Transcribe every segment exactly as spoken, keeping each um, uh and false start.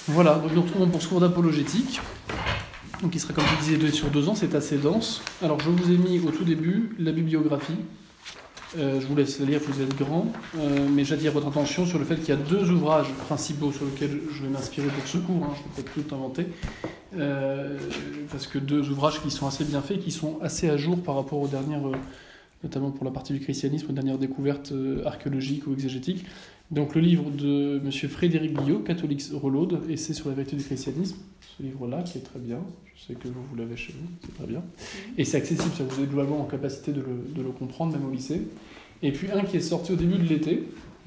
Voilà, donc nous retrouvons pour ce cours d'apologétique, donc qui sera, comme je disais, deux sur deux ans, c'est assez dense. Alors je vous ai mis au tout début la bibliographie. Euh, je vous laisse la lire, vous êtes grand, euh, mais j'attire votre attention sur le fait qu'il y a deux ouvrages principaux sur lesquels je vais m'inspirer pour ce cours, hein, je ne peux pas tout inventer, euh, parce que deux ouvrages qui sont assez bien faits, qui sont assez à jour par rapport aux dernières, euh, notamment pour la partie du christianisme, aux dernières découvertes euh, archéologiques ou exégétiques. Donc le livre de M. Frédéric Guillot, Catholics Reload, Essai sur la vérité du christianisme, ce livre-là qui est très bien, je sais que vous, vous l'avez chez vous, c'est très bien, et c'est accessible, ça vous êtes globalement en capacité de le, de le comprendre, même au lycée. Et puis un qui est sorti au début de l'été,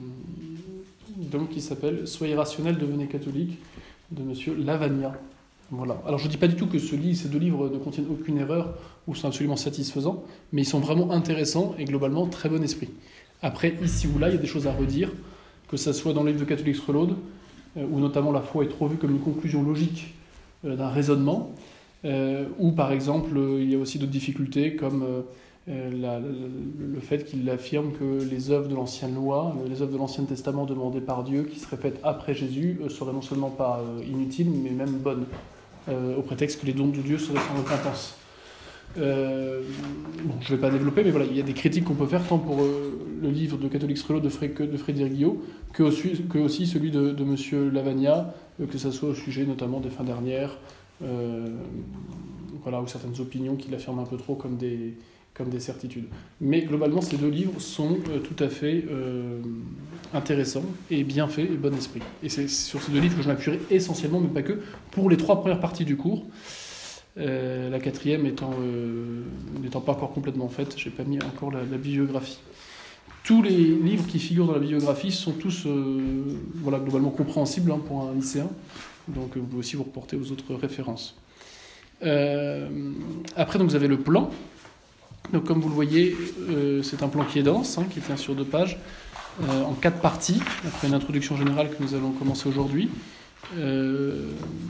donc qui s'appelle « Soyez rationnels, devenez catholiques » de M. Lavagna. Voilà. Alors je ne dis pas du tout que ce livre, ces deux livres ne contiennent aucune erreur ou sont absolument satisfaisants, mais ils sont vraiment intéressants et globalement très bon esprit. Après, ici ou là, il y a des choses à redire, que ça soit dans le livre de Catholics Reload, euh, où notamment la foi est trop vue comme une conclusion logique euh, d'un raisonnement, euh, ou par exemple, euh, il y a aussi d'autres difficultés comme euh, euh, la, la, le fait qu'il affirme que les œuvres de l'ancienne loi, les œuvres de l'Ancien Testament demandées par Dieu, qui seraient faites après Jésus, euh, seraient non seulement pas euh, inutiles, mais même bonnes, euh, au prétexte que les dons de Dieu seraient sans repentance. Euh, bon, je ne vais pas développer, mais voilà, il y a des critiques qu'on peut faire tant pour euh, le livre de Catholics Reload de, Fré, de Frédéric Guillot que aussi, que aussi celui de, de M. Lavagna, euh, que ce soit au sujet notamment des fins dernières, euh, voilà, ou certaines opinions qu'il affirme un peu trop comme des, comme des certitudes. Mais globalement, ces deux livres sont euh, tout à fait euh, intéressants et bien faits et bon esprit. Et c'est sur ces deux livres que je m'appuierai essentiellement, mais pas que, pour les trois premières parties du cours. Euh, la quatrième étant euh, n'étant pas encore complètement faite, j'ai pas mis encore la, la bibliographie. Tous les livres qui figurent dans la bibliographie sont tous euh, voilà, globalement compréhensibles hein, pour un lycéen, donc vous pouvez aussi vous reporter aux autres références. Euh, après, donc, vous avez le plan. Donc, comme vous le voyez, euh, c'est un plan qui est dense, hein, qui tient sur deux pages, euh, en quatre parties, après une introduction générale que nous allons commencer aujourd'hui. Euh,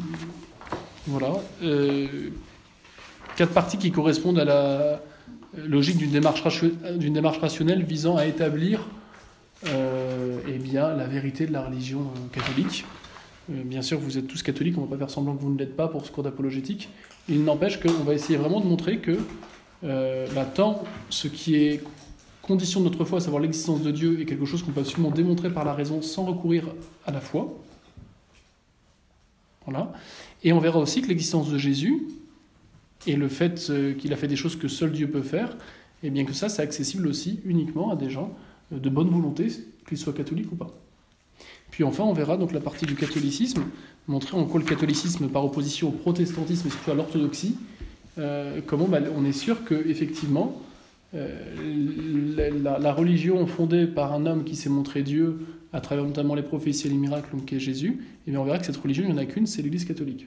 Voilà. Euh, quatre parties qui correspondent à la logique d'une démarche, d'une démarche rationnelle visant à établir euh, eh bien, la vérité de la religion euh, catholique. Euh, bien sûr, vous êtes tous catholiques, on ne va pas faire semblant que vous ne l'êtes pas pour ce cours d'apologétique. Il n'empêche qu'on va essayer vraiment de montrer que euh, bah, tant ce qui est condition de notre foi, à savoir l'existence de Dieu, est quelque chose qu'on peut absolument démontrer par la raison sans recourir à la foi. Voilà. Et on verra aussi que l'existence de Jésus et le fait qu'il a fait des choses que seul Dieu peut faire, et bien que ça, c'est accessible aussi uniquement à des gens de bonne volonté, qu'ils soient catholiques ou pas. Puis enfin, on verra donc la partie du catholicisme, montrer en quoi le catholicisme, par opposition au protestantisme et surtout à l'orthodoxie, euh, comment bah, on est sûr que effectivement, euh, la, la, la religion fondée par un homme qui s'est montré Dieu à travers notamment les prophéties et les miracles, donc qui est Jésus, et bien on verra que cette religion, il n'y en a qu'une, c'est l'Église catholique.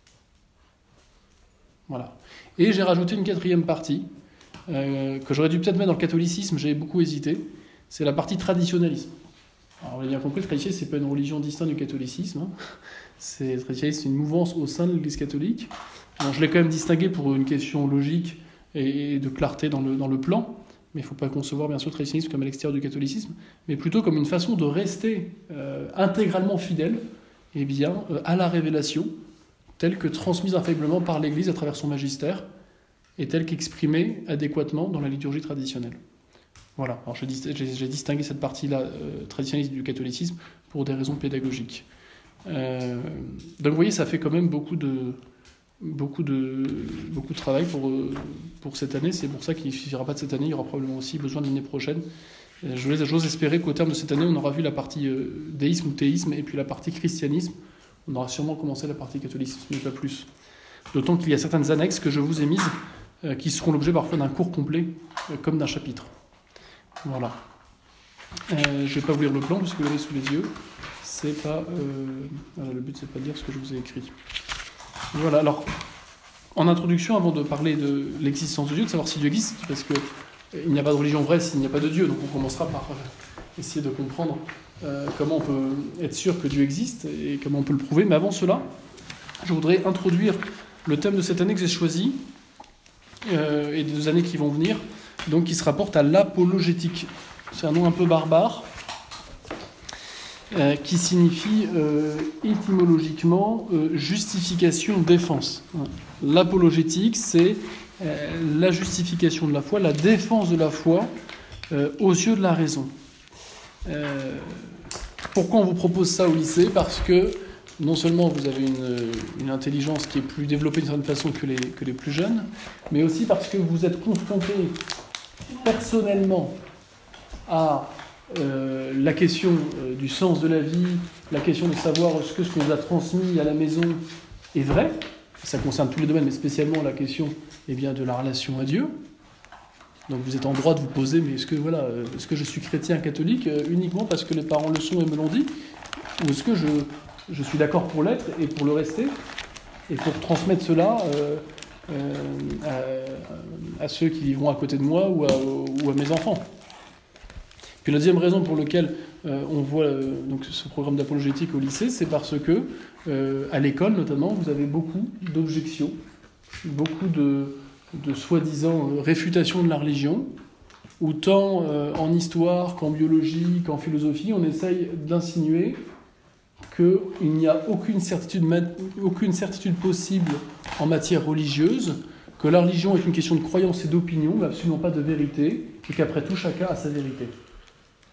Voilà. Et j'ai rajouté une quatrième partie, euh, que j'aurais dû peut-être mettre dans le catholicisme, j'ai beaucoup hésité, c'est la partie traditionnalisme. Alors on l'a bien compris, le traditionnalisme, c'est pas une religion distincte du catholicisme, hein. C'est, le traditionnalisme, c'est une mouvance au sein de l'Église catholique. Alors, je l'ai quand même distingué pour une question logique et de clarté dans le, dans le plan, mais il ne faut pas concevoir bien sûr le traditionnalisme comme à l'extérieur du catholicisme, mais plutôt comme une façon de rester euh, intégralement fidèle eh bien, euh, à la révélation, telle que transmise infailliblement par l'Église à travers son magistère, et telle qu'exprimée adéquatement dans la liturgie traditionnelle. Voilà, alors j'ai, j'ai, j'ai distingué cette partie-là euh, traditionnaliste du catholicisme pour des raisons pédagogiques. Euh, donc vous voyez, ça fait quand même beaucoup de... Beaucoup de, beaucoup de travail pour, pour cette année. C'est pour ça qu'il ne suffira pas de cette année. Il y aura probablement aussi besoin de l'année prochaine. Je j'ose espérer qu'au terme de cette année, on aura vu la partie déisme ou théisme et puis la partie christianisme. On aura sûrement commencé la partie catholicisme, mais pas plus. D'autant qu'il y a certaines annexes que je vous ai mises euh, qui seront l'objet parfois d'un cours complet, euh, comme d'un chapitre. Voilà. Euh, je ne vais pas vous lire le plan puisque vous l'avez sous les yeux. C'est pas, euh... voilà, le but, c'est pas de lire ce que je vous ai écrit. Voilà, alors, en introduction, avant de parler de l'existence de Dieu, de savoir si Dieu existe, parce qu'il n'y a pas de religion vraie s'il n'y a pas de Dieu, donc on commencera par essayer de comprendre euh, comment on peut être sûr que Dieu existe et comment on peut le prouver. Mais avant cela, je voudrais introduire le thème de cette année que j'ai choisi, euh, et des deux années qui vont venir, donc qui se rapporte à l'apologétique. C'est un nom un peu barbare, euh, qui signifie euh, étymologiquement euh, justification, défense. L'apologétique, c'est euh, la justification de la foi, la défense de la foi euh, aux yeux de la raison. Euh, pourquoi on vous propose ça au lycée ? Parce que non seulement vous avez une, une intelligence qui est plus développée d'une certaine façon que les, que les plus jeunes, mais aussi parce que vous êtes confrontés personnellement à euh, la question euh, du sens de la vie, la question de savoir est-ce que ce qu'on nous a transmis à la maison est vrai. Ça concerne tous les domaines, mais spécialement la question eh bien, de la relation à Dieu. Donc vous êtes en droit de vous poser, mais est-ce que, voilà, est-ce que je suis chrétien catholique euh, uniquement parce que les parents le sont et me l'ont dit ? Ou est-ce que je, je suis d'accord pour l'être et pour le rester, et pour transmettre cela euh, euh, à, à ceux qui vivront à côté de moi ou à, ou à mes enfants ? Puis la deuxième raison pour laquelle euh, on voit euh, donc ce programme d'apologétique au lycée, c'est parce que euh, à l'école notamment, vous avez beaucoup d'objections, beaucoup de, de soi-disant euh, réfutations de la religion, où tant euh, en histoire qu'en biologie, qu'en philosophie, on essaye d'insinuer qu'il n'y a aucune certitude, aucune certitude possible en matière religieuse, que la religion est une question de croyance et d'opinion, mais absolument pas de vérité, et qu'après tout, chacun a sa vérité. Hein ?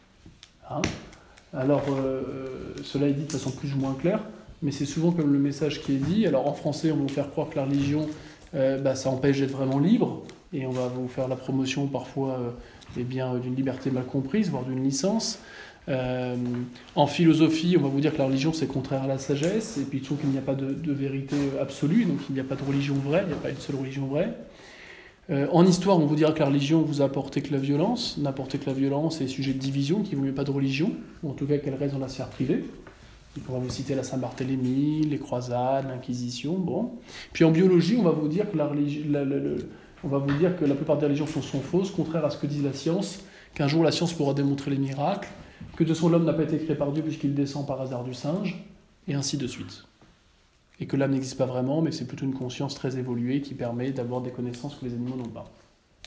Alors, euh, cela est dit de façon plus ou moins claire, mais c'est souvent comme le message qui est dit. Alors, en français, on va vous faire croire que la religion, euh, bah, ça empêche d'être vraiment libre, et on va vous faire la promotion parfois euh, eh bien, d'une liberté mal comprise, voire d'une licence. Euh, en philosophie, on va vous dire que la religion, c'est contraire à la sagesse, et puis il trouve qu'il n'y a pas de, de vérité absolue, donc il n'y a pas de religion vraie, il n'y a pas une seule religion vraie. Euh, en histoire, on vous dira que la religion vous a apporté que la violence, n'apporté que la violence et sujet de division, qu'il ne vaut mieux pas de religion, ou en tout cas qu'elle reste dans la sphère privée. Il pourra vous citer la Saint-Barthélemy, les croisades, l'Inquisition, bon. Puis en biologie, on va vous dire que la, religion, la, la, la, on va vous dire que la plupart des religions sont, sont fausses, contraires à ce que dit la science, qu'un jour la science pourra démontrer les miracles, que de toute façon l'homme n'a pas été créé par Dieu puisqu'il descend par hasard du singe, et ainsi de suite. Et que l'âme n'existe pas vraiment, mais c'est plutôt une conscience très évoluée qui permet d'avoir des connaissances que les animaux n'ont pas.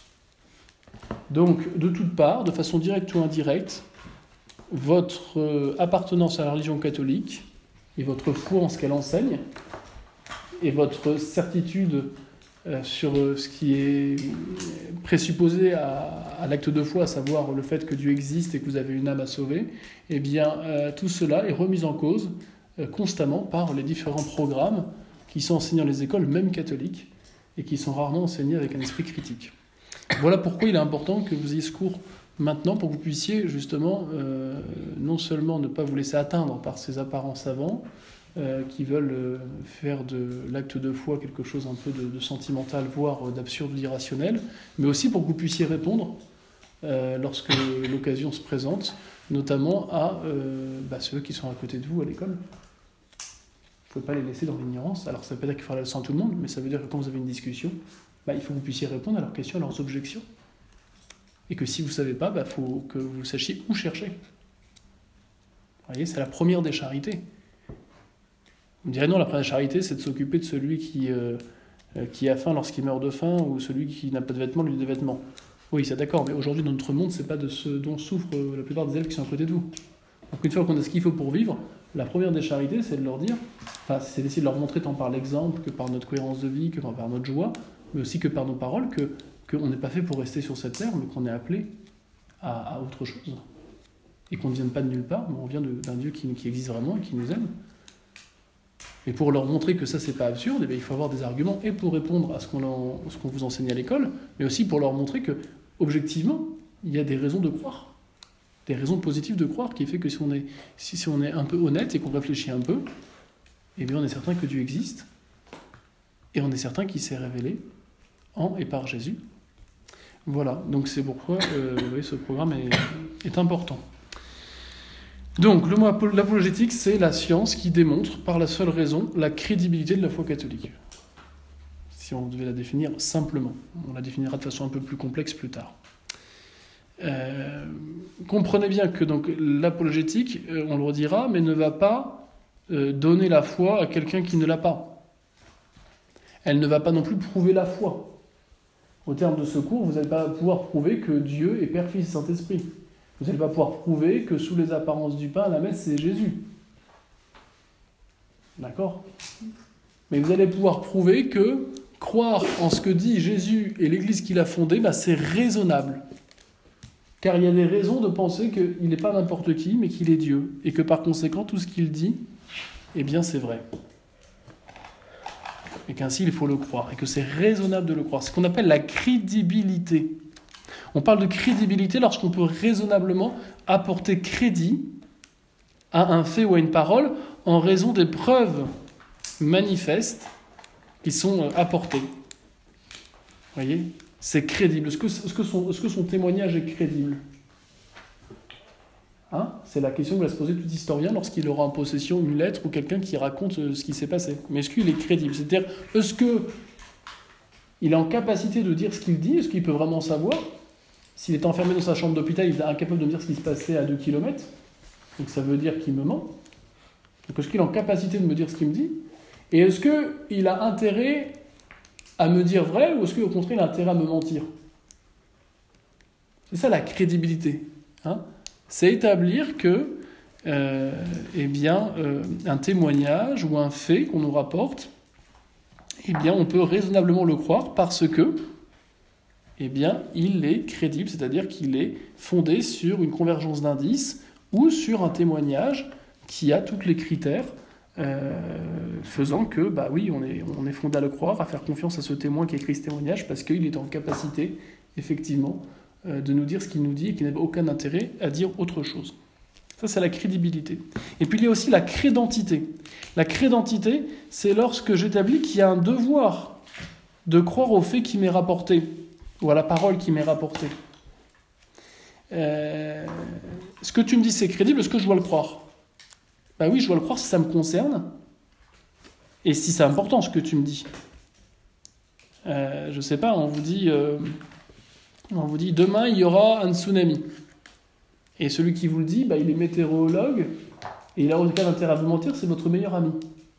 Donc, de toutes parts, de façon directe ou indirecte, votre euh, appartenance à la religion catholique et votre foi en ce qu'elle enseigne et votre certitude euh, sur euh, ce qui est présupposé à, à l'acte de foi, à savoir le fait que Dieu existe et que vous avez une âme à sauver, eh bien, euh, tout cela est remis en cause constamment par les différents programmes qui sont enseignés dans les écoles, même catholiques, et qui sont rarement enseignés avec un esprit critique. Voilà pourquoi il est important que vous ayez ce cours maintenant, pour que vous puissiez justement euh, non seulement ne pas vous laisser atteindre par ces apparents savants euh, qui veulent euh, faire de l'acte de foi quelque chose un peu de, de sentimental, voire d'absurde ou d'irrationnel, mais aussi pour que vous puissiez répondre euh, lorsque l'occasion se présente, notamment à euh, bah, ceux qui sont à côté de vous à l'école. Il ne faut pas les laisser dans l'ignorance. Alors ça veut pas dire qu'il faut faire la leçon à tout le monde, mais ça veut dire que quand vous avez une discussion, bah, il faut que vous puissiez répondre à leurs questions, à leurs objections. Et que si vous ne savez pas, il bah, faut que vous sachiez où chercher. Vous voyez, c'est la première des charités. Vous me direz non, la première des charités, c'est de s'occuper de celui qui, euh, qui a faim lorsqu'il meurt de faim, ou celui qui n'a pas de vêtements, lui des vêtements. Oui, c'est d'accord, mais aujourd'hui, dans notre monde, ce n'est pas de ce dont souffrent la plupart des élèves qui sont à côté de vous. Donc une fois qu'on a ce qu'il faut pour vivre, la première des charités, c'est de leur dire, enfin, c'est d'essayer de leur montrer tant par l'exemple que par notre cohérence de vie, que par notre joie, mais aussi que par nos paroles, que qu'on n'est pas fait pour rester sur cette terre, mais qu'on est appelé à, à autre chose. Et qu'on ne vienne pas de nulle part, mais on vient de, d'un Dieu qui, qui existe vraiment et qui nous aime. Et pour leur montrer que ça, c'est pas absurde, eh bien, il faut avoir des arguments, et pour répondre à ce qu'on, en, ce qu'on vous enseigne à l'école, mais aussi pour leur montrer que, objectivement, il y a des raisons de croire. Des raisons positives de croire, qui fait que si on est, si, si on est un peu honnête et qu'on réfléchit un peu, eh bien on est certain que Dieu existe, et on est certain qu'il s'est révélé en et par Jésus. Voilà, donc c'est pourquoi euh, vous voyez, ce programme est, est important. Donc, le mot l'apologétique, c'est la science qui démontre, par la seule raison, la crédibilité de la foi catholique. Si on devait la définir simplement. On la définira de façon un peu plus complexe plus tard. Euh, comprenez bien que donc, l'apologétique, euh, on le redira, mais ne va pas euh, donner la foi à quelqu'un qui ne l'a pas. Elle ne va pas non plus prouver la foi. Au terme de ce cours, vous n'allez pas pouvoir prouver que Dieu est Père, Fils et Saint-Esprit. Vous n'allez pas pouvoir prouver que sous les apparences du pain, à la messe, c'est Jésus. D'accord ? Mais vous allez pouvoir prouver que croire en ce que dit Jésus et l'Église qu'il a fondée, bah, c'est raisonnable. Car il y a des raisons de penser qu'il n'est pas n'importe qui, mais qu'il est Dieu. Et que par conséquent, tout ce qu'il dit, eh bien, c'est vrai. Et qu'ainsi, il faut le croire. Et que c'est raisonnable de le croire. C'est ce qu'on appelle la crédibilité. On parle de crédibilité lorsqu'on peut raisonnablement apporter crédit à un fait ou à une parole en raison des preuves manifestes qui sont apportées. Vous voyez ? C'est crédible. Est-ce que, est-ce que, son, est-ce que son témoignage est crédible ? Hein ? C'est la question que va se poser tout historien lorsqu'il aura en possession une lettre ou quelqu'un qui raconte ce qui s'est passé. Mais est-ce qu'il est crédible ? C'est-à-dire, est-ce qu'il est en capacité de dire ce qu'il dit ? Est-ce qu'il peut vraiment savoir ? S'il est enfermé dans sa chambre d'hôpital, il est incapable de me dire ce qui se passait à deux kilomètres. Donc ça veut dire qu'il me ment. Donc est-ce qu'il est en capacité de me dire ce qu'il me dit ? Et est-ce qu'il a intérêt à me dire vrai ou est-ce qu'au contraire il a intérêt à me mentir ? C'est ça la crédibilité. Hein ? C'est établir que euh, eh bien, euh, un témoignage ou un fait qu'on nous rapporte, eh bien, on peut raisonnablement le croire parce que eh bien, il est crédible, c'est-à-dire qu'il est fondé sur une convergence d'indices ou sur un témoignage qui a tous les critères euh, faisant que, bah oui, on est, on est fondé à le croire, à faire confiance à ce témoin qui a écrit ce témoignage parce qu'il est en capacité, effectivement, euh, de nous dire ce qu'il nous dit et qu'il n'avait aucun intérêt à dire autre chose. Ça, c'est la crédibilité. Et puis, il y a aussi la crédentité. La crédentité, c'est lorsque j'établis qu'il y a un devoir de croire au fait qui m'est rapporté ou à la parole qui m'est rapportée. Euh, ce que tu me dis, c'est crédible, est-ce que je dois le croire ? Ben oui, je dois le croire si ça me concerne et si c'est important ce que tu me dis. Euh, je ne sais pas, on vous dit, euh, on vous dit demain il y aura un tsunami. Et celui qui vous le dit, ben, il est météorologue et il a aucun intérêt à vous mentir, c'est votre meilleur ami.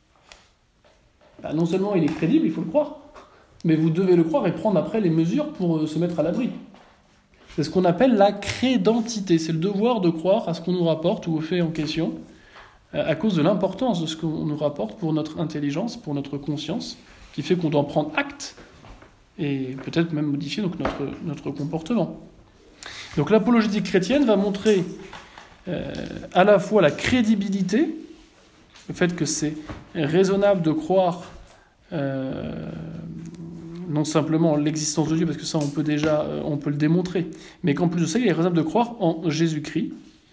Ben, non seulement il est crédible, il faut le croire, mais vous devez le croire et prendre après les mesures pour se mettre à l'abri. C'est ce qu'on appelle la crédentité. C'est le devoir de croire à ce qu'on nous rapporte ou au fait en question, à cause de l'importance de ce qu'on nous rapporte pour notre intelligence, pour notre conscience, qui fait qu'on doit en prendre acte et peut-être même modifier donc notre, notre comportement. Donc l'apologétique chrétienne va montrer euh, à la fois la crédibilité, le fait que c'est raisonnable de croire euh, non simplement l'existence de Dieu, parce que ça on peut déjà on peut le démontrer, mais qu'en plus de ça, il est raisonnable de croire en Jésus-Christ,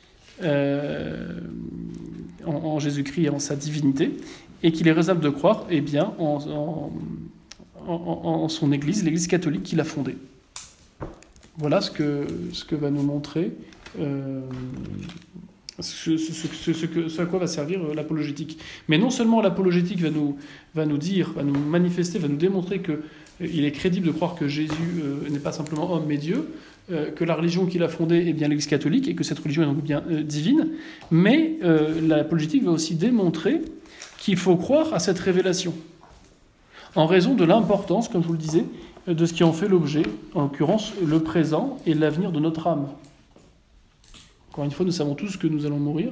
euh, en, en Jésus-Christ et en sa divinité, et qu'il est raisonnable de croire eh bien, en, en, en, en son Église, l'Église catholique qu'il a fondée. Voilà ce que, ce que va nous montrer, euh, ce, ce, ce, ce, que, ce à quoi va servir l'apologétique. Mais non seulement l'apologétique va nous, va nous dire, va nous manifester, va nous démontrer que il est crédible de croire que Jésus euh, n'est pas simplement homme mais Dieu, euh, que la religion qu'il a fondée est bien l'Église catholique et que cette religion est donc bien euh, divine, mais euh, l'apologétique va aussi démontrer qu'il faut croire à cette révélation, en raison de l'importance, comme je vous le disais, de ce qui en fait l'objet, en l'occurrence le présent et l'avenir de notre âme. Encore une fois, nous savons tous que nous allons mourir.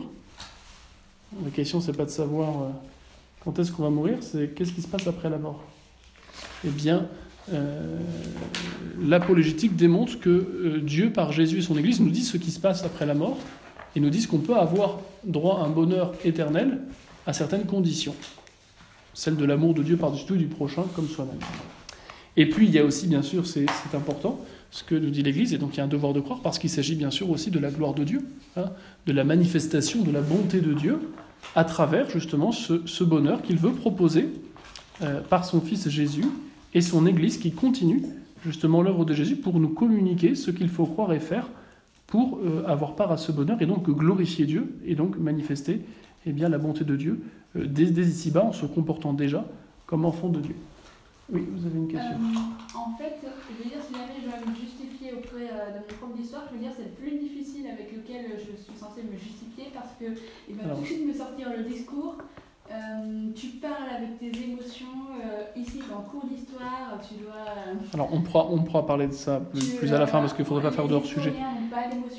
La question, c'est pas de savoir euh, quand est-ce qu'on va mourir, c'est qu'est-ce qui se passe après la mort. Eh bien, euh, l'apologétique démontre que euh, Dieu, par Jésus et son Église, nous dit ce qui se passe après la mort et nous dit qu'on peut avoir droit à un bonheur éternel à certaines conditions. Celle de l'amour de Dieu par-dessus tout et du prochain comme soi-même. Et puis, il y a aussi, bien sûr, c'est, c'est important, ce que nous dit l'Église, et donc il y a un devoir de croire, parce qu'il s'agit bien sûr aussi de la gloire de Dieu, hein, de la manifestation de la bonté de Dieu, à travers justement ce, ce bonheur qu'il veut proposer euh, par son Fils Jésus, et son Église qui continue justement l'œuvre de Jésus pour nous communiquer ce qu'il faut croire et faire pour euh, avoir part à ce bonheur et donc glorifier Dieu et donc manifester eh bien, la bonté de Dieu euh, dès, dès ici-bas en se comportant déjà comme enfant de Dieu. Oui, vous avez une question. euh, En fait, je veux dire, si jamais je dois me justifier auprès euh, de mon prof d'histoire, je veux dire, c'est le plus difficile avec lequel je suis censée me justifier parce qu'il va Alors, tout de suite me sortir le discours. Euh, tu parles avec tes émotions, euh, ici en cours d'histoire, tu dois... Euh, Alors on pourra, on pourra parler de ça plus, plus à la fin parce qu'il ne faudrait pas faire de hors-sujet. Les historiens n'ont pas d'émotion.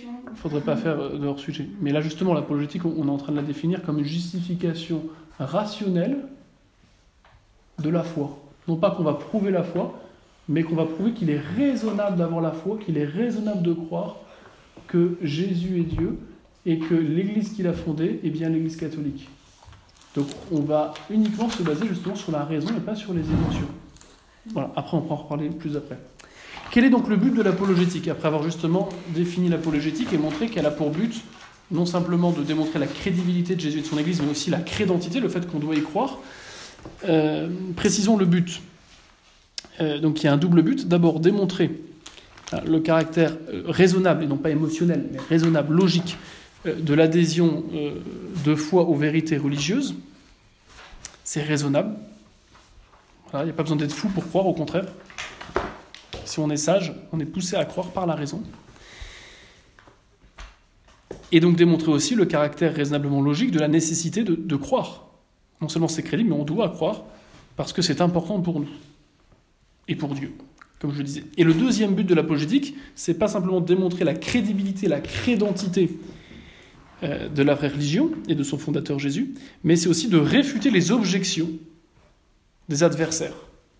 faudrait pas faire de hors-sujet. Mais là, justement, l'apologétique, on est en train de la définir comme une justification rationnelle de la foi. Non pas qu'on va prouver la foi, mais qu'on va prouver qu'il est raisonnable d'avoir la foi, qu'il est raisonnable de croire que Jésus est Dieu et que l'Église qu'il a fondée est bien l'Église catholique. Donc on va uniquement se baser justement sur la raison et pas sur les émotions. Voilà, après on pourra en reparler plus après. Quel est donc le but de l'apologétique ? Après avoir justement défini l'apologétique et montré qu'elle a pour but non simplement de démontrer la crédibilité de Jésus et de son Église, mais aussi la crédentité, le fait qu'on doit y croire. Euh, précisons le but. Euh, donc il y a un double but. D'abord, démontrer euh, le caractère euh, raisonnable, et non pas émotionnel, mais raisonnable, logique, euh, de l'adhésion euh, de foi aux vérités religieuses. C'est raisonnable. Voilà, il n'y a pas besoin d'être fou pour croire, au contraire. Si on est sage, on est poussé à croire par la raison. Et donc démontrer aussi le caractère raisonnablement logique de la nécessité de, de croire. Non seulement c'est crédible, mais on doit croire parce que c'est important pour nous et pour Dieu, comme je le disais. Et le deuxième but de l'apologétique, c'est pas simplement de démontrer la crédibilité, la crédentité euh, de la vraie religion et de son fondateur Jésus, mais c'est aussi de réfuter les objections des adversaires.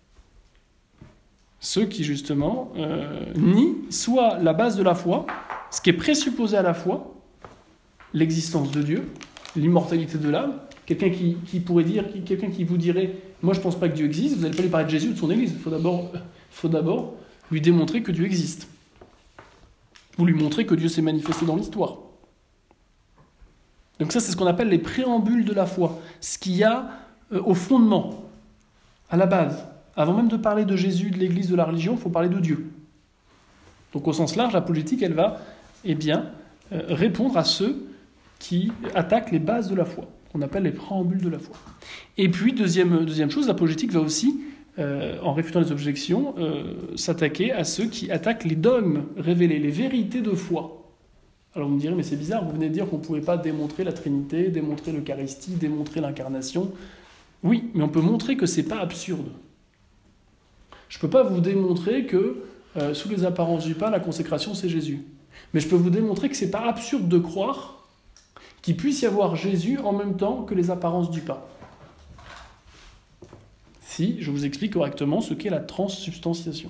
Ceux qui, justement, euh, nient soit la base de la foi, ce qui est présupposé à la foi, l'existence de Dieu, l'immortalité de l'âme. Quelqu'un qui, qui pourrait dire, qui, quelqu'un qui vous dirait « Moi, je ne pense pas que Dieu existe », vous n'allez pas lui parler de Jésus ou de son Église. Il faut d'abord, faut d'abord lui démontrer que Dieu existe. Ou lui montrer que Dieu s'est manifesté dans l'histoire. Donc ça, c'est ce qu'on appelle les préambules de la foi. Ce qu'il y a euh, au fondement, à la base. Avant même de parler de Jésus, de l'Église, de la religion, il faut parler de Dieu. Donc au sens large, la politique, elle va eh bien, euh, répondre à ceux qui attaquent les bases de la foi, qu'on appelle les préambules de la foi. Et puis, deuxième, deuxième chose, l'apologétique va aussi, euh, en réfutant les objections, euh, s'attaquer à ceux qui attaquent les dogmes révélés, les vérités de foi. Alors vous me direz, mais c'est bizarre, vous venez de dire qu'on ne pouvait pas démontrer la Trinité, démontrer l'Eucharistie, démontrer l'incarnation. Oui, mais on peut montrer que ce n'est pas absurde. Je ne peux pas vous démontrer que, euh, sous les apparences du pain, la consécration, c'est Jésus. Mais je peux vous démontrer que ce n'est pas absurde de croire qu'il puisse y avoir Jésus en même temps que les apparences du pain. Si je vous explique correctement ce qu'est la transsubstantiation.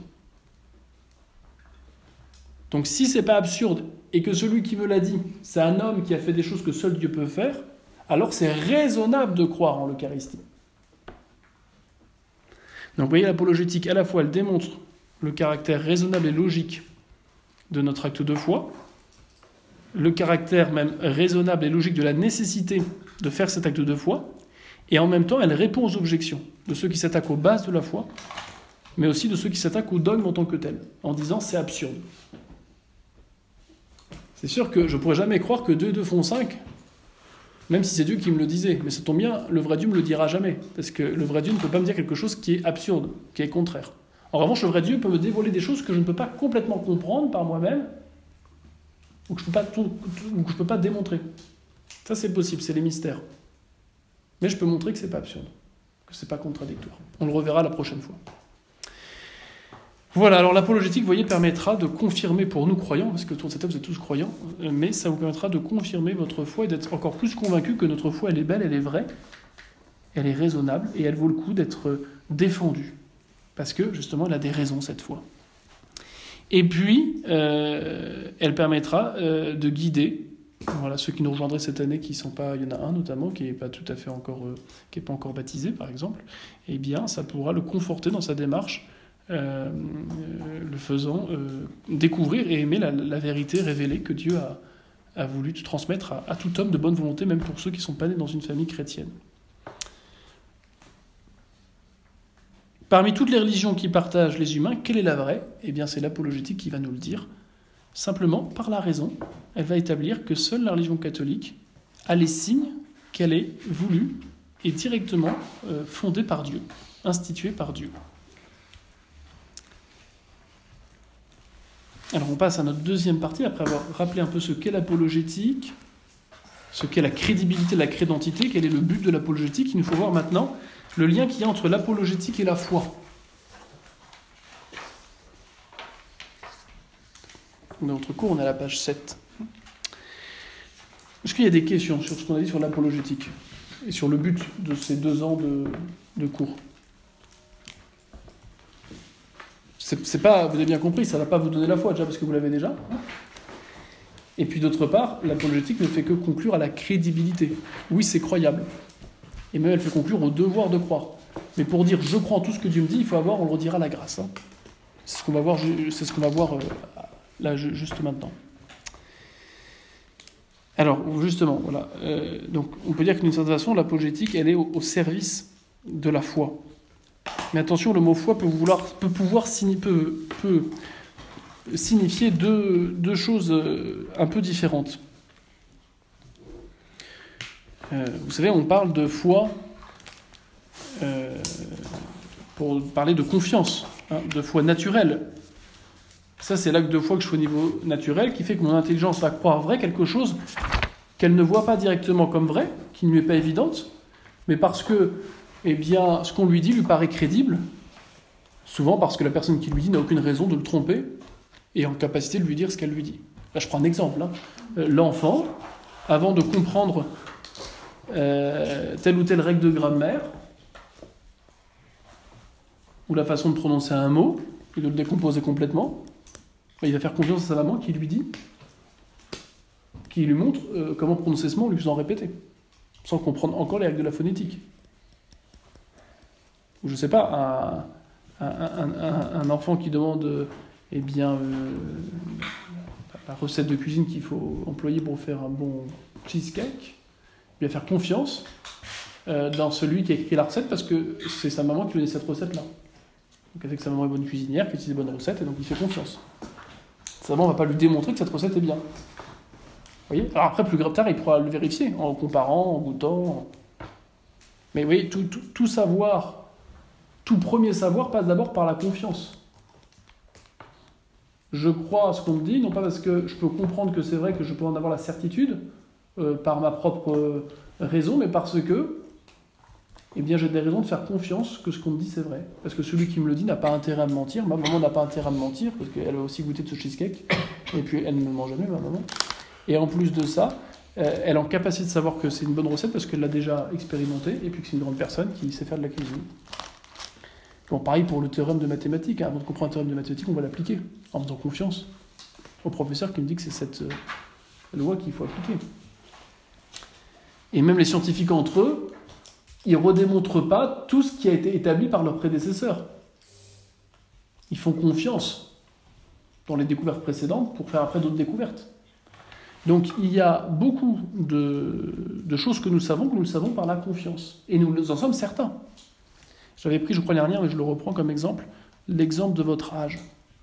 Donc si ce n'est pas absurde, et que celui qui me l'a dit, c'est un homme qui a fait des choses que seul Dieu peut faire, alors c'est raisonnable de croire en l'Eucharistie. Donc vous voyez, l'apologétique, à la fois, elle démontre le caractère raisonnable et logique de notre acte de foi, le caractère même raisonnable et logique de la nécessité de faire cet acte de foi, et en même temps, elle répond aux objections de ceux qui s'attaquent aux bases de la foi, mais aussi de ceux qui s'attaquent au dogme en tant que tel, en disant c'est absurde. C'est sûr que je ne pourrais jamais croire que deux et deux font cinq, même si c'est Dieu qui me le disait. Mais ça tombe bien, le vrai Dieu ne me le dira jamais. Parce que le vrai Dieu ne peut pas me dire quelque chose qui est absurde, qui est contraire. En revanche, le vrai Dieu peut me dévoiler des choses que je ne peux pas complètement comprendre par moi-même, ou que je ne peux pas, tout, tout, ou que je peux pas démontrer. Ça, c'est possible, c'est les mystères. Mais je peux montrer que ce n'est pas absurde, que ce n'est pas contradictoire. On le reverra la prochaine fois. Voilà, alors l'apologétique, vous voyez, permettra de confirmer pour nous croyants, parce que autour de cette table, vous êtes tous croyants, mais ça vous permettra de confirmer votre foi et d'être encore plus convaincu que notre foi, elle est belle, elle est vraie, elle est raisonnable, et elle vaut le coup d'être défendue. Parce que, justement, elle a des raisons, cette foi. Et puis, euh, elle permettra euh, de guider, voilà, ceux qui nous rejoindraient cette année, qui sont pas, il y en a un notamment, qui n'est pas tout à fait encore, euh, qui n'est pas encore baptisé, par exemple, eh bien, ça pourra le conforter dans sa démarche, Euh, euh, le faisant euh, découvrir et aimer la, la vérité révélée que Dieu a, a voulu transmettre à, à tout homme de bonne volonté, même pour ceux qui ne sont pas nés dans une famille chrétienne. Parmi toutes les religions qui partagent les humains, quelle est la vraie ? Eh bien, c'est l'apologétique qui va nous le dire. Simplement, par la raison, elle va établir que seule la religion catholique a les signes qu'elle est voulue et directement euh, fondée par Dieu, instituée par Dieu. Alors on passe à notre deuxième partie, après avoir rappelé un peu ce qu'est l'apologétique, ce qu'est la crédibilité, la crédentité, quel est le but de l'apologétique. Il nous faut voir maintenant le lien qu'il y a entre l'apologétique et la foi. Dans notre cours, on est à la page sept. Est-ce qu'il y a des questions sur ce qu'on a dit sur l'apologétique et sur le but de ces deux ans de, de cours? c'est, c'est pas, vous avez bien compris, ça ne va pas vous donner la foi, déjà parce que vous l'avez déjà. Et puis d'autre part, l'apologétique ne fait que conclure à la crédibilité. Oui, c'est croyable. Et même elle fait conclure au devoir de croire. Mais pour dire « je crois en tout ce que Dieu me dit », il faut avoir, on le redira, la grâce. Hein. C'est ce qu'on va voir, c'est ce qu'on va voir euh, là, juste maintenant. Alors, justement, voilà. Euh, donc, on peut dire que d'une certaine façon, l'apologétique, elle est au, au service de la foi. Mais attention, le mot foi peut, vouloir, peut pouvoir signi- peut, peut signifier deux, deux choses euh, un peu différentes. Euh, vous savez, on parle de foi euh, pour parler de confiance, hein, de foi naturelle. Ça, c'est l'acte de foi que je fais au niveau naturel, qui fait que mon intelligence va croire vrai quelque chose qu'elle ne voit pas directement comme vrai, qui ne lui est pas évidente, mais parce que, eh bien, ce qu'on lui dit lui paraît crédible, souvent parce que la personne qui lui dit n'a aucune raison de le tromper et est en capacité de lui dire ce qu'elle lui dit. Là, je prends un exemple. Hein. L'enfant, avant de comprendre euh, telle ou telle règle de grammaire, ou la façon de prononcer un mot, et de le décomposer complètement, il va faire confiance à sa maman qui lui dit, qui lui montre euh, comment prononcer ce mot en lui faisant répéter, sans comprendre encore les règles de la phonétique. Ou je ne sais pas, un, un, un, un enfant qui demande euh, eh bien, euh, la recette de cuisine qu'il faut employer pour faire un bon cheesecake, il va faire confiance euh, dans celui qui a écrit la recette parce que c'est sa maman qui lui donne cette recette-là. Donc elle sait que sa maman est bonne cuisinière, qu'elle utilise des bonnes recettes, et donc il fait confiance. Sa maman ne va pas lui démontrer que cette recette est bien. Vous voyez ? Alors après, plus grave tard, il pourra le vérifier, en comparant, en goûtant. Mais vous voyez, tout, tout, tout savoir, tout premier savoir passe d'abord par la confiance. Je crois à ce qu'on me dit, non pas parce que je peux comprendre que c'est vrai, que je peux en avoir la certitude, euh, par ma propre euh, raison, mais parce que eh bien, j'ai des raisons de faire confiance que ce qu'on me dit, c'est vrai. Parce que celui qui me le dit n'a pas intérêt à me mentir. Ma maman n'a pas intérêt à me mentir, parce qu'elle a aussi goûté de ce cheesecake. Et puis, elle ne me mange jamais, ma maman. Et en plus de ça, euh, elle est en capacité de savoir que c'est une bonne recette, parce qu'elle l'a déjà expérimenté, et puis que c'est une grande personne qui sait faire de la cuisine. Bon, pareil pour le théorème de mathématiques. Hein. Avant de comprendre un théorème de mathématiques, on va l'appliquer, en faisant confiance au professeur qui me dit que c'est cette euh, loi qu'il faut appliquer. Et même les scientifiques entre eux, ils ne redémontrent pas tout ce qui a été établi par leurs prédécesseurs. Ils font confiance dans les découvertes précédentes pour faire après d'autres découvertes. Donc il y a beaucoup de, de choses que nous savons, que nous le savons par la confiance. Et nous en sommes certains. J'avais pris, je crois, l'année dernière, mais je le reprends comme exemple, l'exemple de votre âge.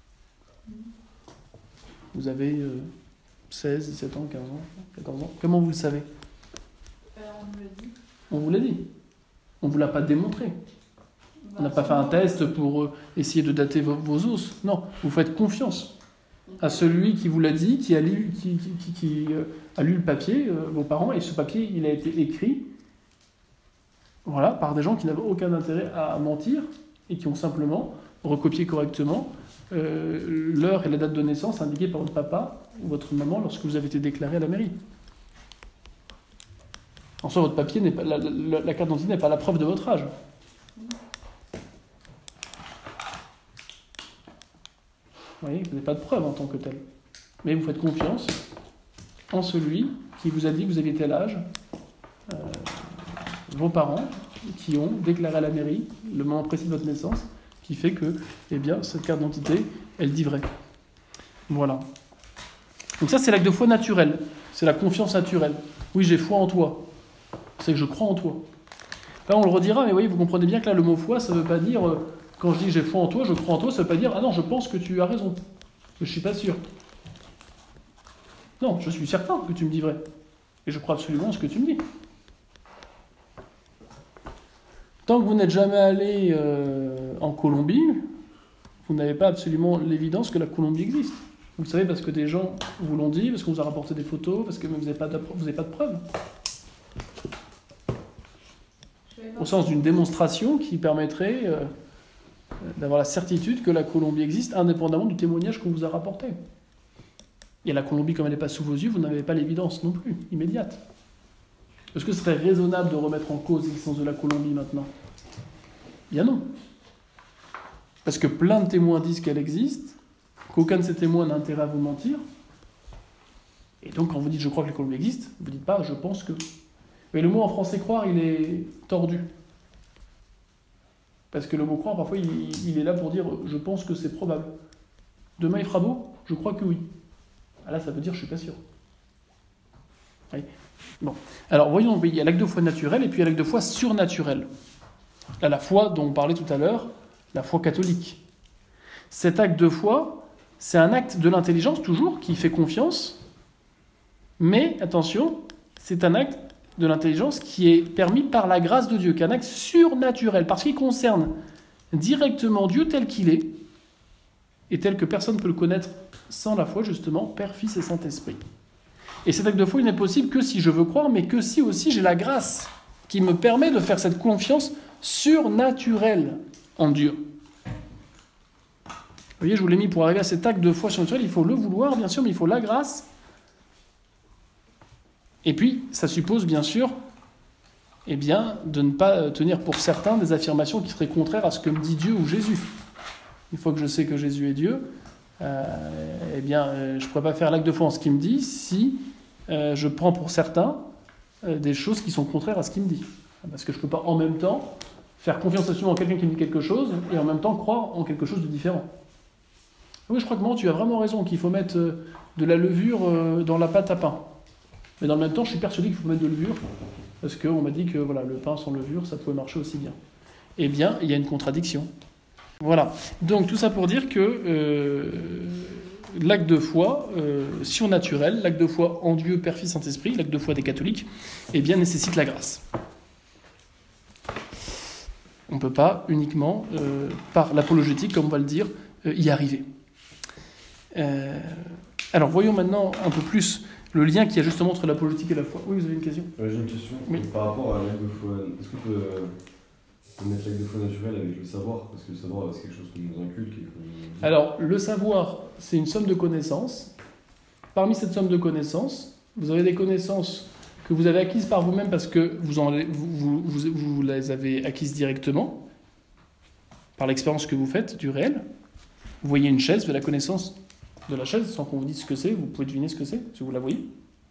Vous avez euh, seize, dix-sept ans, quinze ans, quatorze ans. Comment vous le savez ? euh, On me l'a dit. On vous l'a dit. On ne vous l'a pas démontré. Bah, on n'a pas fait un test pour essayer de dater vos, vos os. Non, vous faites confiance à celui qui vous l'a dit, qui a lu, qui, qui, qui, qui, euh, a lu le papier, euh, vos parents, et ce papier, il a été écrit voilà, par des gens qui n'avaient aucun intérêt à mentir et qui ont simplement recopié correctement euh, l'heure et la date de naissance indiquée par votre papa ou votre maman lorsque vous avez été déclaré à la mairie. En soi, votre papier n'est pas, la, la, la carte d'identité n'est pas la preuve de votre âge. Vous voyez, vous n'avez pas de preuve en tant que tel. Mais vous faites confiance en celui qui vous a dit que vous aviez tel âge, euh, vos parents, qui ont déclaré à la mairie le moment précis de votre naissance, qui fait que, eh bien, cette carte d'identité, elle dit vrai. Voilà. Donc ça, c'est l'acte de foi naturel. C'est la confiance naturelle. Oui, j'ai foi en toi. C'est que je crois en toi. Là, on le redira, mais vous voyez, vous comprenez bien que là, le mot foi, ça ne veut pas dire, euh, quand je dis j'ai foi en toi, je crois en toi, ça ne veut pas dire, ah non, je pense que tu as raison. Je ne suis pas sûr. Non, je suis certain que tu me dis vrai. Et je crois absolument en ce que tu me dis. Tant que vous n'êtes jamais allé euh, en Colombie, vous n'avez pas absolument l'évidence que la Colombie existe. Vous le savez parce que des gens vous l'ont dit, parce qu'on vous a rapporté des photos, parce que vous n'avez pas, pas de preuves. Au sens d'une démonstration qui permettrait euh, d'avoir la certitude que la Colombie existe, indépendamment du témoignage qu'on vous a rapporté. Et la Colombie, comme elle n'est pas sous vos yeux, vous n'avez pas l'évidence non plus, immédiate. Est-ce que ce serait raisonnable de remettre en cause l'existence de la Colombie maintenant? Bien non. Parce que plein de témoins disent qu'elle existe, qu'aucun de ces témoins n'a intérêt à vous mentir. Et donc, quand vous dites « je crois que la Colombie existe », vous ne dites pas « je pense que ». Mais le mot en français « croire », il est tordu. Parce que le mot « croire », parfois, il, il est là pour dire « je pense que c'est probable ». Demain, il fera beau? Je crois que oui. Ah là, ça veut dire « je suis pas sûr ». Oui. Bon. Alors, voyons, il y a l'acte de foi naturel et puis il y a l'acte de foi surnaturel. Là, la foi dont on parlait tout à l'heure, la foi catholique. Cet acte de foi, c'est un acte de l'intelligence, toujours, qui fait confiance. Mais, attention, c'est un acte de l'intelligence qui est permis par la grâce de Dieu, qui est un acte surnaturel, parce qu'il concerne directement Dieu tel qu'il est, et tel que personne ne peut le connaître sans la foi, justement, Père, Fils et Saint-Esprit. Et cet acte de foi, il n'est possible que si je veux croire, mais que si aussi j'ai la grâce qui me permet de faire cette confiance surnaturelle en Dieu. Vous voyez, je vous l'ai mis pour arriver à cet acte de foi surnaturel, il faut le vouloir, bien sûr, mais il faut la grâce. Et puis, ça suppose, bien sûr, eh bien, de ne pas tenir pour certains des affirmations qui seraient contraires à ce que me dit Dieu ou Jésus. Une fois que je sais que Jésus est Dieu, euh, eh bien, euh, je ne pourrais pas faire l'acte de foi en ce qu'il me dit si euh, je prends pour certains euh, des choses qui sont contraires à ce qu'il me dit. Parce que je ne peux pas en même temps faire confiance absolument en quelqu'un qui me dit quelque chose et en même temps croire en quelque chose de différent. Oui, je crois que non, tu as vraiment raison, qu'il faut mettre euh, de la levure euh, dans la pâte à pain. Mais dans le même temps, je suis persuadé qu'il faut mettre de levure, parce qu'on m'a dit que voilà, le pain sans levure, ça pouvait marcher aussi bien. Eh bien, il y a une contradiction. Voilà. Donc, tout ça pour dire que euh, l'acte de foi euh, surnaturel, l'acte de foi en Dieu, Père, Fils, Saint-Esprit, l'acte de foi des catholiques, eh bien, nécessite la grâce. On ne peut pas uniquement, euh, par l'apologétique, comme on va le dire, euh, y arriver. Euh, alors, voyons maintenant un peu plus le lien qu'il y a justement entre l'apologétique et la foi. Oui, vous avez une question ? euh, J'ai une question. Oui. Par rapport à l'acte de foi, est-ce qu'on peut, peut mettre l'acte de foi naturel avec le savoir ? Parce que le savoir, c'est quelque chose qu'on nous inculque. Qu'on... Alors, le savoir, c'est une somme de connaissances. Parmi cette somme de connaissances, vous avez des connaissances que vous avez acquises par vous-même parce que vous, en, vous, vous, vous, vous les avez acquises directement, par l'expérience que vous faites du réel. Vous voyez une chaise, vous avez la connaissance de la chaise, sans qu'on vous dise ce que c'est, vous pouvez deviner ce que c'est, si vous la voyez.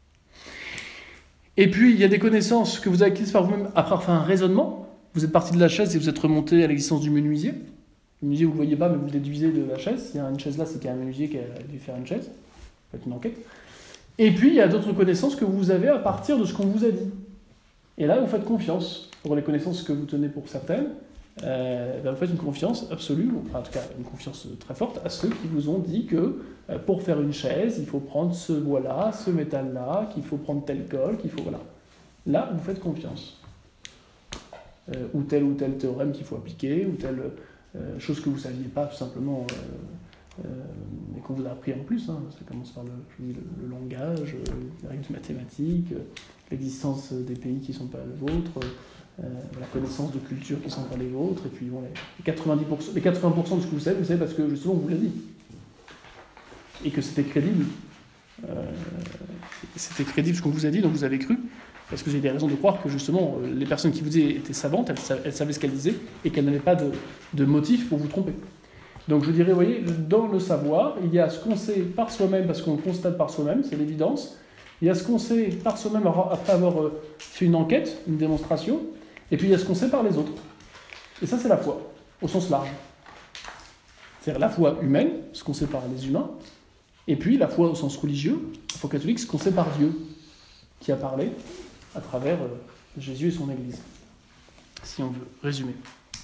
Et puis, il y a des connaissances que vous avez acquises par vous-même après avoir fait un raisonnement. Vous êtes parti de la chaise et vous êtes remonté à l'existence du menuisier. Le menuisier, vous ne le voyez pas, mais vous le déduisez de la chaise. S'il y a une chaise là, c'est qu'il y a un menuisier qui a dû faire une chaise. Faites une enquête. Et puis, il y a d'autres connaissances que vous avez à partir de ce qu'on vous a dit. Et là, vous faites confiance pour les connaissances que vous tenez pour certaines. Euh, ben vous faites une confiance absolue, enfin, en tout cas une confiance très forte à ceux qui vous ont dit que euh, pour faire une chaise, il faut prendre ce bois-là, ce métal-là, qu'il faut prendre tel colle, qu'il faut... Voilà. Là, vous faites confiance. Euh, ou tel ou tel théorème qu'il faut appliquer, ou telle euh, chose que vous ne saviez pas, tout simplement, euh, euh, mais qu'on vous a appris en plus. Hein. Ça commence par le, je dis, le, le langage, euh, les règles de mathématiques, euh, l'existence des pays qui ne sont pas les vôtres, euh, la connaissance de cultures qui ne sont pas les vôtres, et puis bon, les, quatre-vingt-dix pour cent, les quatre-vingts pour cent de ce que vous savez, vous savez parce que justement on vous l'a dit. Et que c'était crédible. Euh, c'était crédible ce qu'on vous a dit, donc vous avez cru, parce que vous avez des raisons de croire que justement les personnes qui vous disaient étaient savantes, elles, elles savaient ce qu'elles disaient, et qu'elles n'avaient pas de, de motif pour vous tromper. Donc je dirais, vous voyez, dans le savoir, il y a ce qu'on sait par soi-même, parce qu'on le constate par soi-même, c'est l'évidence. Il y a ce qu'on sait par soi-même après avoir fait une enquête, une démonstration, et puis il y a ce qu'on sait par les autres. Et ça, c'est la foi, au sens large. C'est-à-dire la foi humaine, ce qu'on sait par les humains, et puis la foi au sens religieux, la foi catholique, ce qu'on sait par Dieu, qui a parlé à travers Jésus et son Église, si on veut résumer.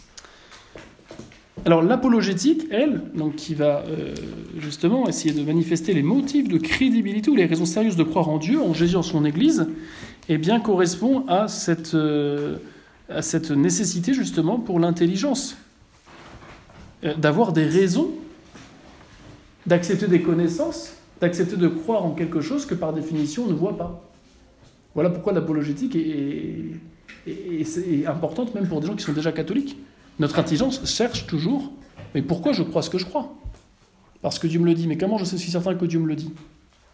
Alors l'apologétique, elle, donc, qui va euh, justement essayer de manifester les motifs de crédibilité ou les raisons sérieuses de croire en Dieu, en Jésus, en son Église, eh bien correspond à cette, euh, à cette nécessité justement pour l'intelligence, euh, d'avoir des raisons, d'accepter des connaissances, d'accepter de croire en quelque chose que par définition on ne voit pas. Voilà pourquoi l'apologétique est, est, est, est importante même pour des gens qui sont déjà catholiques. Notre intelligence cherche toujours, mais pourquoi je crois ce que je crois ? Parce que Dieu me le dit, mais comment je suis certain que Dieu me le dit ?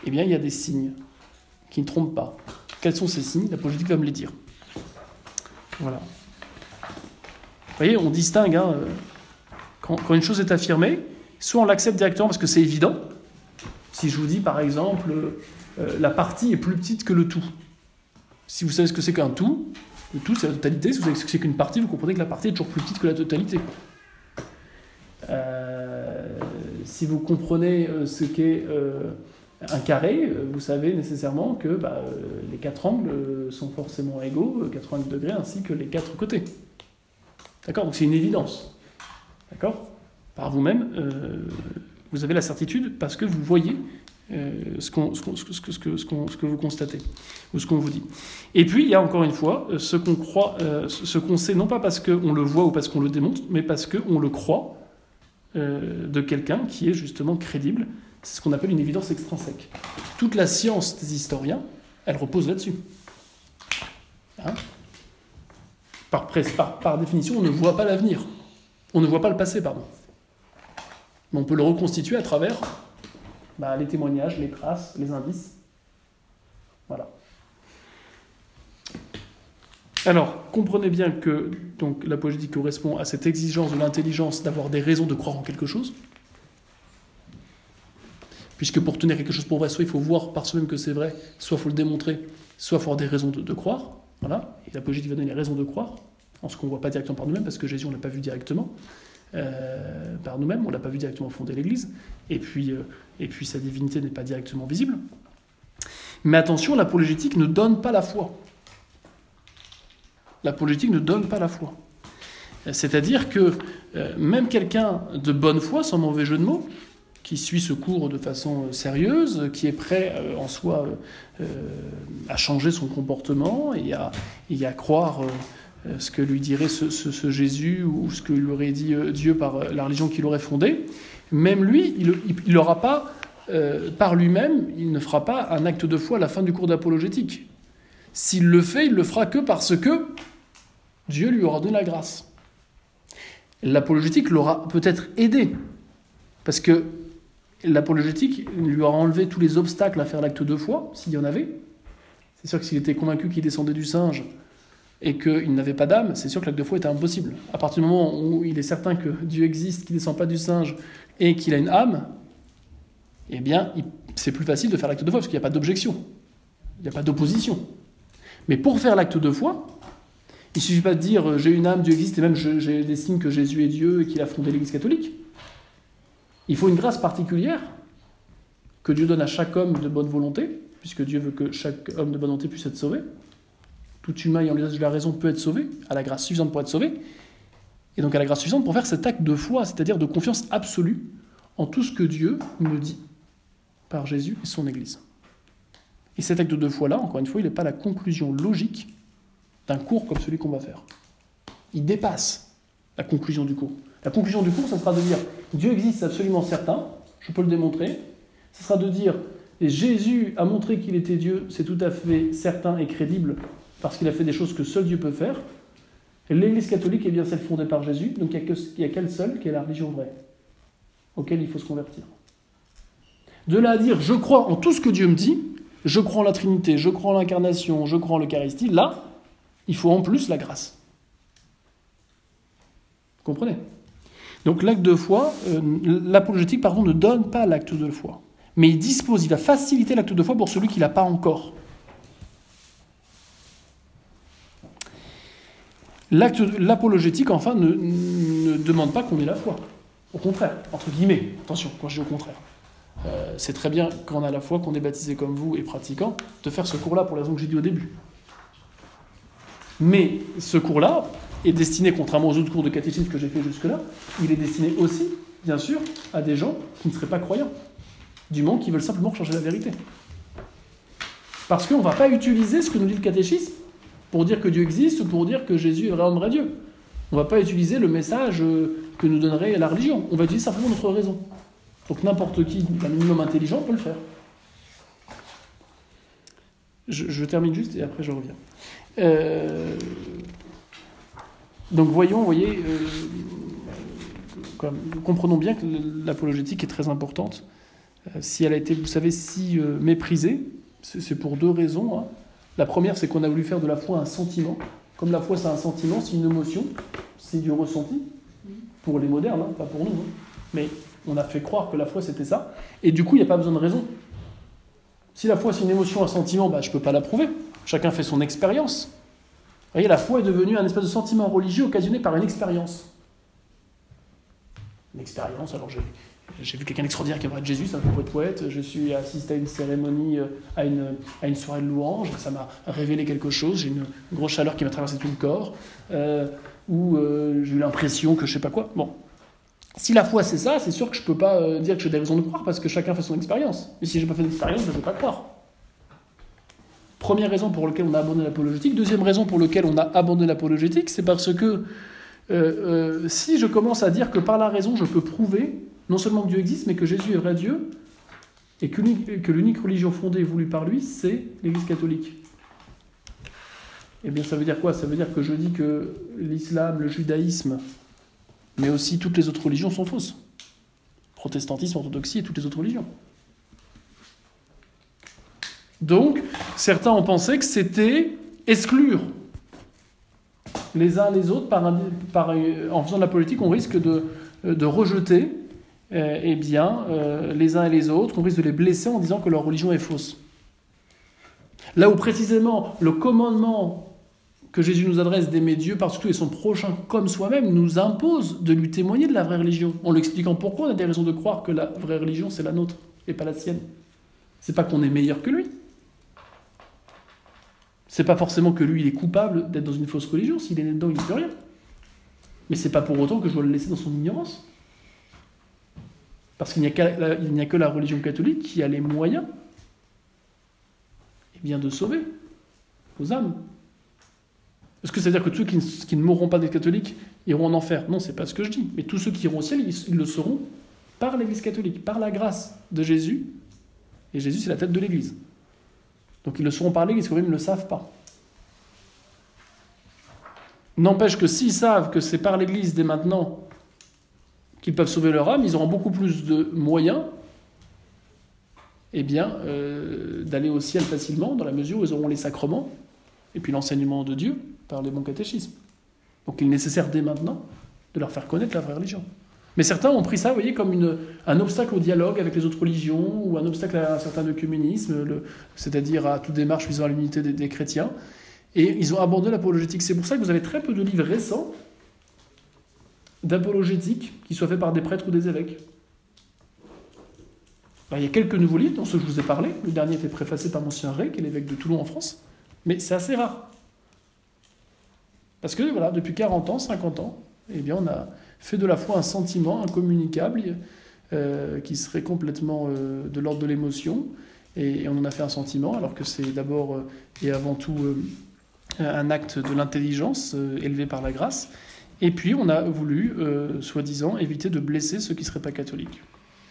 eh bien, il y a des signes qui ne trompent pas. Quels sont ces signes? L'apologétique va me les dire. Voilà. Vous voyez, on distingue, hein, quand, quand une chose est affirmée, soit on l'accepte directement parce que c'est évident. Si je vous dis, par exemple, euh, la partie est plus petite que le tout. Si vous savez ce que c'est qu'un tout, le tout, c'est la totalité. Si vous savez ce que c'est qu'une partie, vous comprenez que la partie est toujours plus petite que la totalité. Euh, si vous comprenez euh, ce qu'est euh, un carré, euh, vous savez nécessairement que bah, euh, les quatre angles euh, sont forcément égaux, euh, quatre-vingt-dix degrés, ainsi que les quatre côtés. D'accord? Donc c'est une évidence. D'accord? Par vous-même, euh, vous avez la certitude parce que vous voyez euh, ce, qu'on, ce, qu'on, ce, que, ce, que, ce, qu'on, ce que vous constatez, ou ce qu'on vous dit. Et puis, il y a encore une fois, ce qu'on croit, euh, ce qu'on sait, non pas parce qu'on le voit ou parce qu'on le démontre, mais parce qu'on le croit euh, de quelqu'un qui est justement crédible. C'est ce qu'on appelle une évidence extrinsèque. Toute la science des historiens, elle repose là-dessus. Hein? Par, par, par définition, on ne voit pas l'avenir. On ne voit pas le passé, pardon. Mais on peut le reconstituer à travers bah, les témoignages, les traces, les indices. Voilà. Alors, comprenez bien que donc, l'apologétique correspond à cette exigence de l'intelligence d'avoir des raisons de croire en quelque chose. Puisque pour tenir quelque chose pour vrai, soit il faut voir par soi-même que c'est vrai, soit il faut le démontrer, soit il faut avoir des raisons de, de croire. Voilà. Et l'apologétique va donner les raisons de croire, en ce qu'on ne voit pas directement par nous-mêmes, parce que Jésus, on ne l'a pas vu directement. Euh, par nous-mêmes, on ne l'a pas vu directement fonder l'Église, et puis, euh, et puis sa divinité n'est pas directement visible. Mais attention, l'apologétique ne donne pas la foi. L'apologétique ne donne pas la foi. C'est-à-dire que euh, même quelqu'un de bonne foi, sans mauvais jeu de mots, qui suit ce cours de façon sérieuse, qui est prêt euh, en soi euh, à changer son comportement et à, et à croire... Euh, ce que lui dirait ce, ce, ce Jésus ou ce que lui aurait dit Dieu par la religion qu'il aurait fondée, même lui, il n'aura pas, euh, par lui-même, il ne fera pas un acte de foi à la fin du cours d'apologétique. S'il le fait, il le fera que parce que Dieu lui aura donné la grâce. L'apologétique l'aura peut-être aidé, parce que l'apologétique lui aura enlevé tous les obstacles à faire l'acte de foi, s'il y en avait. C'est sûr que s'il était convaincu qu'il descendait du singe, et qu'il n'avait pas d'âme, c'est sûr que l'acte de foi était impossible. À partir du moment où il est certain que Dieu existe, qu'il ne descend pas du singe, et qu'il a une âme, eh bien, c'est plus facile de faire l'acte de foi, parce qu'il n'y a pas d'objection, il n'y a pas d'opposition. Mais pour faire l'acte de foi, il ne suffit pas de dire « j'ai une âme, Dieu existe, et même je, j'ai des signes que Jésus est Dieu et qu'il a fondé l'Église catholique ». Il faut une grâce particulière que Dieu donne à chaque homme de bonne volonté, puisque Dieu veut que chaque homme de bonne volonté puisse être sauvé. Tout humain ayant l'usage de la raison peut être sauvé, à la grâce suffisante pour être sauvé, et donc à la grâce suffisante pour faire cet acte de foi, c'est-à-dire de confiance absolue en tout ce que Dieu me dit par Jésus et son Église. Et cet acte de foi-là, encore une fois, il n'est pas la conclusion logique d'un cours comme celui qu'on va faire. Il dépasse la conclusion du cours. La conclusion du cours, ça sera de dire Dieu existe, c'est absolument certain, je peux le démontrer. Ce sera de dire Jésus a montré qu'il était Dieu, c'est tout à fait certain et crédible, parce qu'il a fait des choses que seul Dieu peut faire. L'Église catholique est bien celle fondée par Jésus, donc il n'y a, a qu'elle seule qui est la religion vraie, auquel il faut se convertir. De là à dire, je crois en tout ce que Dieu me dit, je crois en la Trinité, je crois en l'incarnation, je crois en l'Eucharistie, là, il faut en plus la grâce. Vous comprenez? Donc l'acte de foi, euh, l'apologétique, pardon, ne donne pas l'acte de foi, mais il dispose, il va faciliter l'acte de foi pour celui qui ne l'a pas encore. L'acte, l'apologétique, enfin, ne, ne demande pas qu'on ait la foi. Au contraire, entre guillemets, attention, quand je dis au contraire. Euh, c'est très bien quand on a la foi, qu'on est baptisé comme vous et pratiquant, de faire ce cours-là pour la raison que j'ai dit au début. Mais ce cours-là est destiné, contrairement aux autres cours de catéchisme que j'ai fait jusque-là, il est destiné aussi, bien sûr, à des gens qui ne seraient pas croyants, du moment qui veulent simplement changer la vérité. Parce qu'on ne va pas utiliser ce que nous dit le catéchisme pour dire que Dieu existe ou pour dire que Jésus est vraiment vrai Dieu. On ne va pas utiliser le message que nous donnerait la religion. On va utiliser simplement notre raison. Donc n'importe qui, un minimum intelligent, peut le faire. Je, je termine juste et après je reviens. Euh, donc voyons, voyez, euh, comme, comprenons bien que l'apologétique est très importante euh, si elle a été, vous savez, si euh, méprisée, c'est, c'est pour deux raisons. Hein. La première, c'est qu'on a voulu faire de la foi un sentiment. Comme la foi, c'est un sentiment, c'est une émotion, c'est du ressenti, pour les modernes, hein, pas pour nous. Hein. Mais on a fait croire que la foi, c'était ça. Et du coup, il n'y a pas besoin de raison. Si la foi, c'est une émotion, un sentiment, bah, je ne peux pas l'approuver. Chacun fait son expérience. Vous voyez, la foi est devenue un espèce de sentiment religieux occasionné par une expérience. Une expérience, alors j'ai, j'ai vu quelqu'un d'extraordinaire qui aimerait être Jésus, c'est un peu poète. Je suis assisté à une cérémonie, à une, à une soirée de louange, ça m'a révélé quelque chose, j'ai une grosse chaleur qui m'a traversé tout le corps, euh, ou euh, j'ai eu l'impression que je ne sais pas quoi. Bon. Si la foi c'est ça, c'est sûr que je ne peux pas euh, dire que j'ai des raisons de croire, parce que chacun fait son expérience. Mais si je n'ai pas fait d'expérience, je ne peux pas croire. Première raison pour laquelle on a abandonné l'apologétique. Deuxième raison pour laquelle on a abandonné l'apologétique, c'est parce que euh, euh, si je commence à dire que par la raison, je peux prouver non seulement que Dieu existe, mais que Jésus est vrai Dieu, et que l'unique, que l'unique religion fondée et voulue par lui, c'est l'Église catholique. Eh bien, ça veut dire quoi ? Ça veut dire que je dis que l'islam, le judaïsme, mais aussi toutes les autres religions sont fausses. Protestantisme, orthodoxie et toutes les autres religions. Donc, certains ont pensé que c'était exclure les uns les autres par un, par, en faisant de la politique, on risque de, de rejeter euh, eh bien, euh, les uns et les autres, on risque de les blesser en disant que leur religion est fausse. Là où précisément le commandement que Jésus nous adresse d'aimer Dieu par tout et son prochain comme soi-même nous impose de lui témoigner de la vraie religion, en lui expliquant pourquoi on a des raisons de croire que la vraie religion c'est la nôtre et pas la sienne. C'est pas qu'on est meilleur que lui. C'est pas forcément que lui, il est coupable d'être dans une fausse religion. S'il est né dedans, il ne peut rien. Mais c'est pas pour autant que je dois le laisser dans son ignorance. Parce qu'il n'y a, qu'à, il n'y a que la religion catholique qui a les moyens eh bien, de sauver aux âmes. Est-ce que ça veut dire que tous ceux qui ne, qui ne mourront pas d'être catholiques iront en enfer ? Non, c'est pas ce que je dis. Mais tous ceux qui iront au ciel, ils, ils le seront par l'Église catholique, par la grâce de Jésus. Et Jésus, c'est la tête de l'Église. Donc ils le seront par l'Église, quand même, ils ne le savent pas. N'empêche que s'ils savent que c'est par l'Église dès maintenant qu'ils peuvent sauver leur âme, ils auront beaucoup plus de moyens eh bien, euh, d'aller au ciel facilement, dans la mesure où ils auront les sacrements et puis l'enseignement de Dieu par les bons catéchismes. Donc il est nécessaire dès maintenant de leur faire connaître la vraie religion. Mais certains ont pris ça, vous voyez, comme une, un obstacle au dialogue avec les autres religions, ou un obstacle à un certain œcuménisme, le, c'est-à-dire à toute démarche visant à l'unité des, des chrétiens. Et ils ont abandonné l'apologétique. C'est pour ça que vous avez très peu de livres récents d'apologétique qui soient faits par des prêtres ou des évêques. Alors, il y a quelques nouveaux livres, dont ceux que je vous ai parlé. Le dernier était préfacé par Monsieur Rey, qui est l'évêque de Toulon en France. Mais c'est assez rare. Parce que, voilà, depuis quarante ans, cinquante ans, eh bien, on a fait de la foi un sentiment incommunicable euh, qui serait complètement euh, de l'ordre de l'émotion. Et, et on en a fait un sentiment, alors que c'est d'abord euh, et avant tout euh, un acte de l'intelligence euh, élevé par la grâce. Et puis, on a voulu, euh, soi-disant, éviter de blesser ceux qui ne seraient pas catholiques.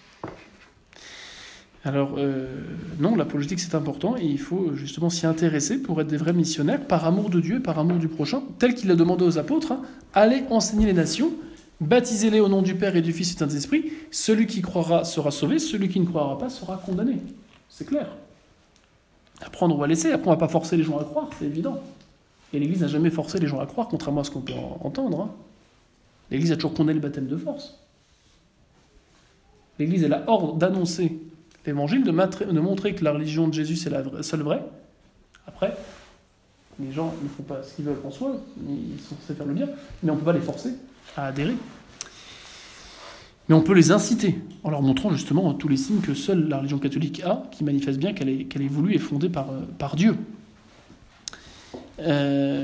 Alors, euh, non, l'apologétique, c'est important, et il faut justement s'y intéresser pour être des vrais missionnaires, par amour de Dieu, par amour du prochain, tel qu'il l'a demandé aux apôtres, hein, allez enseigner les nations, baptisez-les au nom du Père et du Fils et du Saint-Esprit, celui qui croira sera sauvé, celui qui ne croira pas sera condamné. C'est clair. Apprendre ou à laisser, après on ne va pas forcer les gens à croire, c'est évident. Et l'Église n'a jamais forcé les gens à croire, contrairement à ce qu'on peut entendre. Hein. L'Église a toujours condamné le baptême de force. L'Église, elle a ordre d'annoncer l'Évangile, de, de montrer que la religion de Jésus, c'est la vraie, seule vraie. Après, les gens ne font pas ce qu'ils veulent en soi, ils sont censés faire le bien, mais on ne peut pas les forcer à adhérer. Mais on peut les inciter, en leur montrant justement tous les signes que seule la religion catholique a, qui manifestent bien qu'elle est, qu'elle est voulue et fondée par, par Dieu. Euh...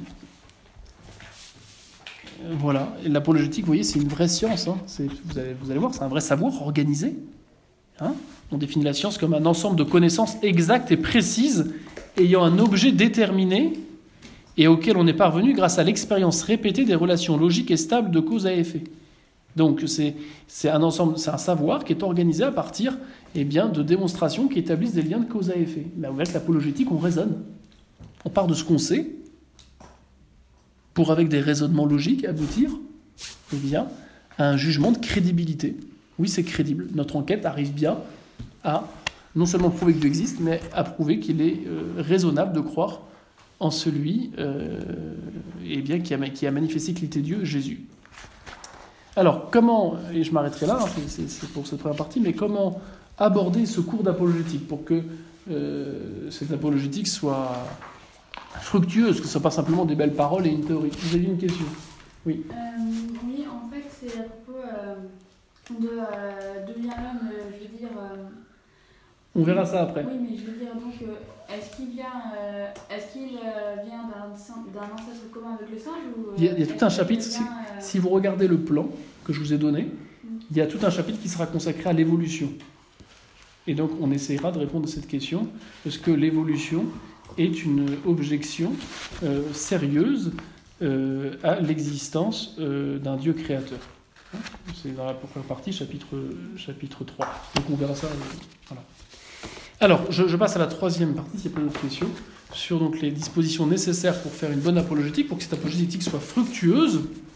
Voilà, et l'apologétique, vous voyez, c'est une vraie science. Hein. C'est, vous, allez, vous allez voir, c'est un vrai savoir organisé. Hein. On définit la science comme un ensemble de connaissances exactes et précises, ayant un objet déterminé et auquel on est parvenu grâce à l'expérience répétée des relations logiques et stables de cause à effet. Donc c'est, c'est un ensemble, c'est un savoir qui est organisé à partir eh bien, de démonstrations qui établissent des liens de cause à effet. Mais avec l'apologétique, on raisonne. On part de ce qu'on sait pour, avec des raisonnements logiques, aboutir eh bien, à un jugement de crédibilité. Oui, c'est crédible. Notre enquête arrive bien à non seulement prouver que Dieu existe, mais à prouver qu'il est euh, raisonnable de croire en celui euh, eh bien, qui, a, qui a manifesté qu'il était Dieu, Jésus. Alors, comment, et je m'arrêterai là, hein, c'est, c'est pour cette première partie, mais comment aborder ce cours d'apologétique pour que euh, cette apologétique soit fructueuse, que ce ne soit pas simplement des belles paroles et une théorie. Vous avez une question ? Oui. Euh, oui, en fait, c'est à propos euh, de euh, d'où vient l'homme, euh, je veux dire... Euh, On verra ça après. Oui, mais je veux dire, donc, euh, est-ce qu'il vient, euh, est-ce qu'il euh, vient d'un, d'un ancêtre commun avec le singe ou, euh, il, y a, il y a tout un chapitre, vient, si, euh... si vous regardez le plan que je vous ai donné, mm. il y a tout un chapitre qui sera consacré à l'évolution. Et donc, on essaiera de répondre à cette question. Est-ce que l'évolution est une objection euh, sérieuse euh, à l'existence euh, d'un Dieu créateur ? C'est dans la première partie, chapitre, chapitre trois. Donc, on verra ça. Euh, voilà. Alors, je, je passe à la troisième partie, s'il n'y a pas d'autres questions, sur donc, les dispositions nécessaires pour faire une bonne apologétique, pour que cette apologétique soit fructueuse.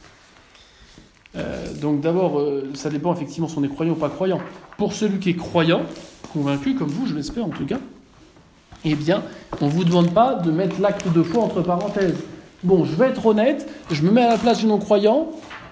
Euh, donc d'abord, euh, ça dépend effectivement si on est croyant ou pas croyant. Pour celui qui est croyant, convaincu, comme vous, je l'espère en tout cas, eh bien, on ne vous demande pas de mettre l'acte de foi entre parenthèses. Bon, je vais être honnête, je me mets à la place du non-croyant,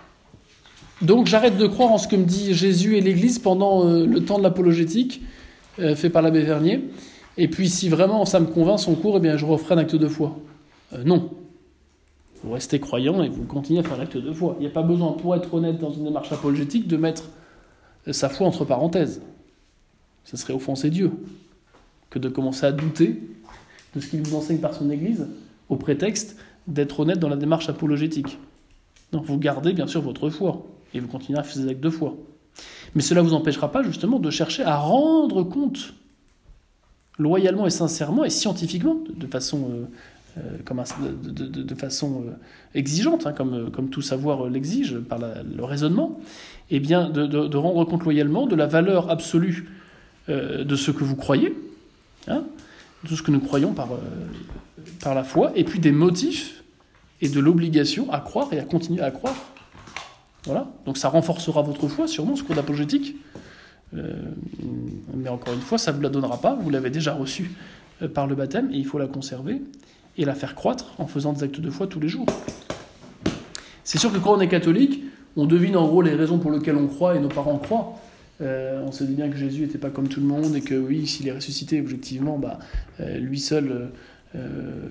donc j'arrête de croire en ce que me dit Jésus et l'Église pendant euh, le temps de l'apologétique, euh, fait par l'abbé Vernier, et puis si vraiment ça me convainc son cours, eh bien je referai un acte de foi. Euh, non. Vous restez croyant et vous continuez à faire l'acte de foi. Il n'y a pas besoin, pour être honnête dans une démarche apologétique, de mettre sa foi entre parenthèses. Ce serait offenser Dieu que de commencer à douter de ce qu'il vous enseigne par son Église au prétexte d'être honnête dans la démarche apologétique. Donc vous gardez bien sûr votre foi et vous continuez à faire des actes de foi. Mais cela ne vous empêchera pas justement de chercher à rendre compte loyalement et sincèrement et scientifiquement, de façon... Euh, Euh, comme un, de, de, de façon euh, exigeante, hein, comme, comme tout savoir l'exige par la, le raisonnement, eh bien de, de, de rendre compte loyalement de la valeur absolue euh, de ce que vous croyez, hein, de tout ce que nous croyons par, euh, par la foi, et puis des motifs et de l'obligation à croire et à continuer à croire. Voilà. Donc ça renforcera votre foi, sûrement, ce cours d'apologétique. Euh, mais encore une fois, ça ne vous la donnera pas, vous l'avez déjà reçue euh, par le baptême, et il faut la conserver et la faire croître en faisant des actes de foi tous les jours. C'est sûr que quand on est catholique, on devine en gros les raisons pour lesquelles on croit et nos parents croient. Euh, on se dit bien que Jésus n'était pas comme tout le monde et que oui, s'il est ressuscité, objectivement, bah, euh, lui seul euh,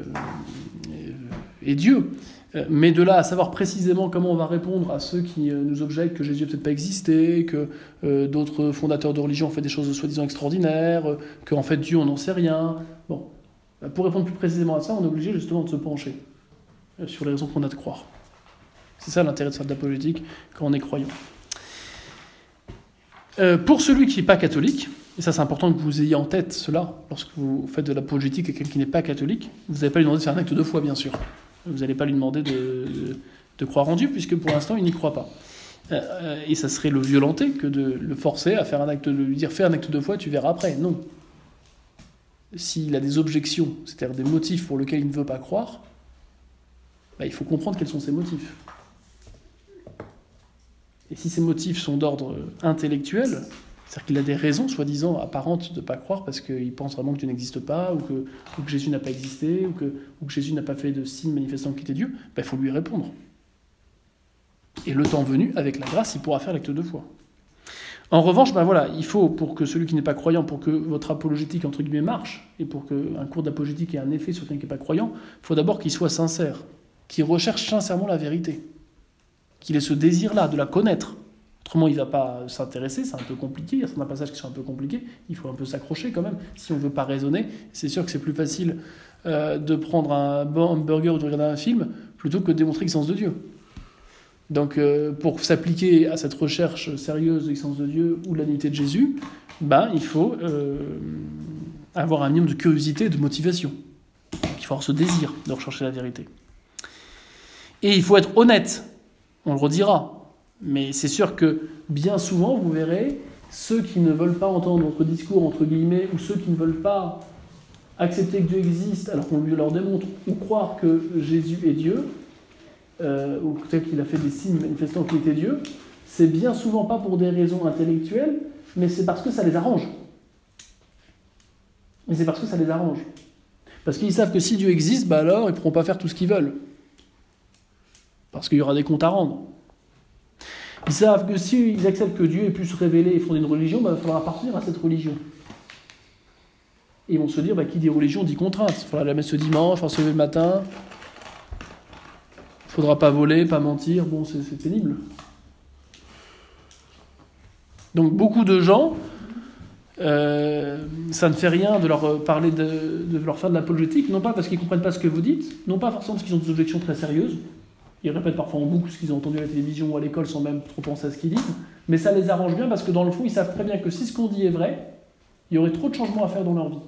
est Dieu. Euh, mais de là à savoir précisément comment on va répondre à ceux qui euh, nous objectent que Jésus n'a peut-être pas existé, que euh, d'autres fondateurs de religion ont fait des choses de soi-disant extraordinaires, euh, qu'en fait Dieu on n'en sait rien. Bon. Pour répondre plus précisément à ça, on est obligé justement de se pencher sur les raisons qu'on a de croire. C'est ça l'intérêt de faire de l'apologétique quand on est croyant. Euh, pour celui qui n'est pas catholique, et ça c'est important que vous ayez en tête cela, lorsque vous faites de l'apologétique à quelqu'un qui n'est pas catholique, vous n'allez pas lui demander de faire un acte de foi, bien sûr. Vous n'allez pas lui demander de, de, de croire en Dieu, puisque pour l'instant il n'y croit pas. Euh, et ça serait le violenter que de le forcer à faire un acte de lui dire fais un acte de foi, tu verras après. Non. S'il a des objections, c'est-à-dire des motifs pour lesquels il ne veut pas croire, bah, il faut comprendre quels sont ces motifs. Et si ces motifs sont d'ordre intellectuel, c'est-à-dire qu'il a des raisons soi-disant apparentes de ne pas croire parce qu'il pense vraiment que Dieu n'existe pas, ou que, ou que Jésus n'a pas existé, ou que, ou que Jésus n'a pas fait de signe manifestant qu'il était Dieu, bah, il faut lui répondre. Et le temps venu, avec la grâce, il pourra faire l'acte de foi. En revanche, ben voilà, il faut, pour que celui qui n'est pas croyant, pour que votre apologétique, entre guillemets, marche, et pour qu'un cours d'apologétique ait un effet sur quelqu'un qui n'est pas croyant, il faut d'abord qu'il soit sincère, qu'il recherche sincèrement la vérité, qu'il ait ce désir-là de la connaître. Autrement, il ne va pas s'intéresser, c'est un peu compliqué, il y a certains passages qui sont un peu compliqués, il faut un peu s'accrocher quand même, si on ne veut pas raisonner. C'est sûr que c'est plus facile euh, de prendre un hamburger ou de regarder un film, plutôt que de démontrer l'existence de Dieu. Donc, euh, pour s'appliquer à cette recherche sérieuse de l'existence de Dieu ou de la divinité de Jésus, ben, il faut euh, avoir un minimum de curiosité et de motivation. Donc, il faut avoir ce désir de rechercher la vérité. Et il faut être honnête, on le redira. Mais c'est sûr que bien souvent, vous verrez, ceux qui ne veulent pas entendre notre discours, entre guillemets, ou ceux qui ne veulent pas accepter que Dieu existe alors qu'on lui leur démontre, ou croire que Jésus est Dieu, Euh, ou peut-être qu'il a fait des signes manifestant qu'il était Dieu, c'est bien souvent pas pour des raisons intellectuelles, mais c'est parce que ça les arrange. Mais c'est parce que ça les arrange. Parce qu'ils savent que si Dieu existe, bah alors ils ne pourront pas faire tout ce qu'ils veulent. Parce qu'il y aura des comptes à rendre. Ils savent que s'ils acceptent que Dieu ait pu se révéler et fonder une religion, bah, il faudra appartenir à cette religion. Et ils vont se dire, bah, qui dit religion dit contrainte. Il faudra la messe ce dimanche, il faudra se lever le matin. Il ne faudra pas voler, pas mentir. Bon, c'est, c'est pénible. Donc beaucoup de gens, euh, ça ne fait rien de leur parler, de, de leur faire de l'apologétique, non pas parce qu'ils ne comprennent pas ce que vous dites, non pas forcément parce qu'ils ont des objections très sérieuses. Ils répètent parfois en boucle ce qu'ils ont entendu à la télévision ou à l'école sans même trop penser à ce qu'ils disent. Mais ça les arrange bien parce que dans le fond, ils savent très bien que si ce qu'on dit est vrai, il y aurait trop de changements à faire dans leur vie.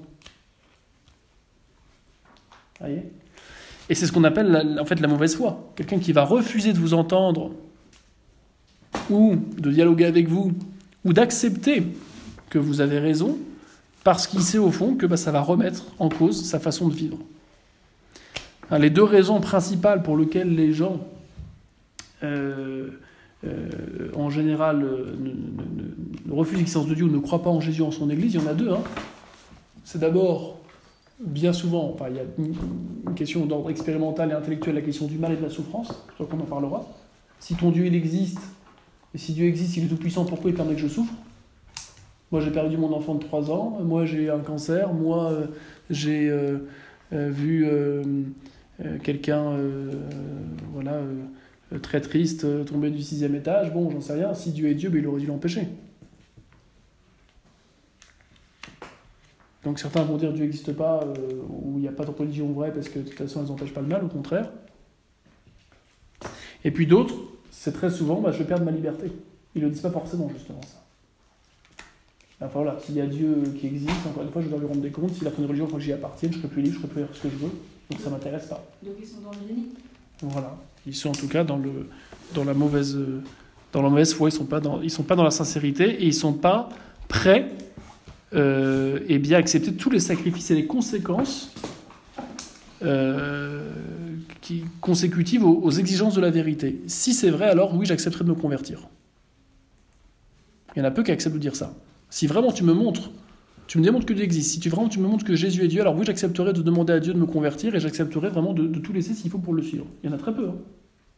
Vous voyez ? Et c'est ce qu'on appelle la, en fait la mauvaise foi. Quelqu'un qui va refuser de vous entendre ou de dialoguer avec vous ou d'accepter que vous avez raison parce qu'il sait au fond que bah, ça va remettre en cause sa façon de vivre. Les deux raisons principales pour lesquelles les gens, euh, euh, en général, euh, ne, ne, ne refusent l'existence de Dieu ou ne croient pas en Jésus en son Église, il y en a deux. Hein. C'est d'abord, bien souvent, enfin, il y a une, une question d'ordre expérimental et intellectuel, la question du mal et de la souffrance, je crois qu'on en parlera. Si ton Dieu, il existe, et si Dieu existe, il est tout-puissant, pourquoi il permet que je souffre ? Moi, j'ai perdu mon enfant de trois ans, moi, j'ai un cancer, moi, euh, j'ai euh, euh, vu... Euh, Euh, quelqu'un euh, voilà, euh, très triste, euh, tombé du sixième étage, bon, j'en sais rien, si Dieu est Dieu, ben, il aurait dû l'empêcher. Donc certains vont dire Dieu n'existe pas, euh, ou il n'y a pas de religion vraie, parce que de toute façon, elles n'empêchent pas le mal, au contraire. Et puis d'autres, c'est très souvent, bah, je vais perdre ma liberté. Ils ne le disent pas forcément, justement, ça. Enfin voilà, s'il y a Dieu qui existe, encore une fois, je dois lui rendre des comptes, s'il a fait une religion, il faut que j'y appartienne, je ne serai plus libre, je ne serai plus faire ce que je veux. Donc ça ne m'intéresse pas. Donc ils sont dans le déni. Voilà. Ils sont en tout cas dans, le, dans, la, mauvaise, dans la mauvaise foi. Ils ne sont, sont pas dans la sincérité et ils ne sont pas prêts euh, et bien accepter tous les sacrifices et les conséquences euh, qui, consécutives aux, aux exigences de la vérité. Si c'est vrai, alors oui, j'accepterai de me convertir. Il y en a peu qui acceptent de dire ça. Si vraiment tu me montres Tu me démontres que Dieu existe. Si tu, vraiment tu me montres que Jésus est Dieu, alors oui, j'accepterai de demander à Dieu de me convertir et j'accepterai vraiment de, de tout laisser s'il faut pour le suivre. Il y en a très peu. Hein.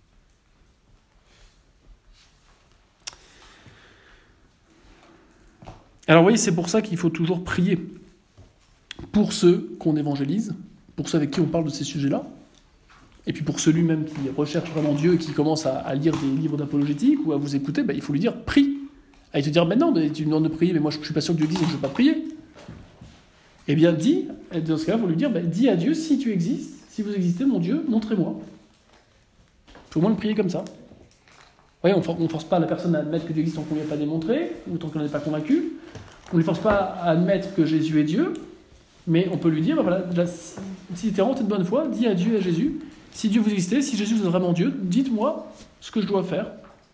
Alors vous voyez, c'est pour ça qu'il faut toujours prier pour ceux qu'on évangélise, pour ceux avec qui on parle de ces sujets-là, et puis pour celui même qui recherche vraiment Dieu et qui commence à, à lire des livres d'apologétique ou à vous écouter, ben, il faut lui dire « prie ». Et te dire « mais non, mais tu me demandes de prier, mais moi je ne suis pas sûr que Dieu existe et que je ne veux pas prier ». Eh bien, dis, dans ce cas-là, il faut lui dire, bah, dis à Dieu, si tu existes, si vous existez, mon Dieu, montrez-moi. Il faut au moins le prier comme ça. Vous voyez, on ne force pas la personne à admettre que Dieu existe tant qu'on ne lui a pas démontré, ou tant qu'on n'est pas convaincu. On ne lui force pas à admettre que Jésus est Dieu, mais on peut lui dire, bah, voilà, là, si tu es rentré de bonne foi, dis à Dieu et à Jésus, si Dieu vous existez, si Jésus est vraiment Dieu, dites-moi ce que je dois faire.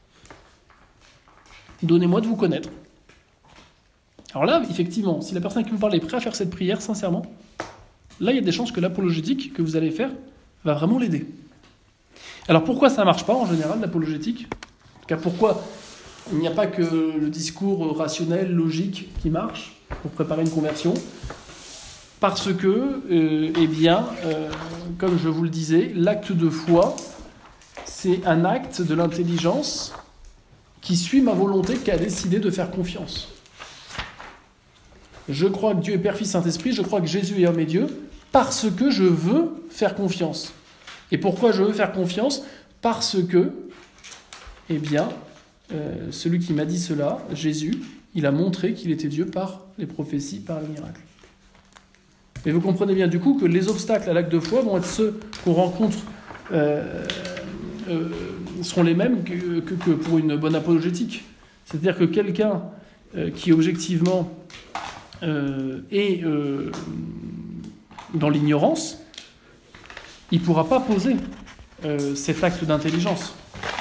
Donnez-moi de vous connaître. Alors là, effectivement, si la personne à qui vous parlez est prête à faire cette prière, sincèrement, là, il y a des chances que l'apologétique que vous allez faire va vraiment l'aider. Alors pourquoi ça ne marche pas, en général, l'apologétique ? En tout cas, pourquoi il n'y a pas que le discours rationnel, logique, qui marche pour préparer une conversion ? Parce que, euh, eh bien, euh, comme je vous le disais, l'acte de foi, c'est un acte de l'intelligence qui suit ma volonté, qui a décidé de faire confiance. Je crois que Dieu est Père, Fils, Saint-Esprit, je crois que Jésus est homme et Dieu, parce que je veux faire confiance. Et pourquoi je veux faire confiance ? Parce que, eh bien, euh, celui qui m'a dit cela, Jésus, il a montré qu'il était Dieu par les prophéties, par les miracles. Et vous comprenez bien du coup que les obstacles à l'acte de foi vont être ceux qu'on rencontre, euh, euh, seront les mêmes que, que, que pour une bonne apologétique. C'est-à-dire que quelqu'un euh, qui objectivement euh, est euh, dans l'ignorance, il ne pourra pas poser euh, cet acte d'intelligence.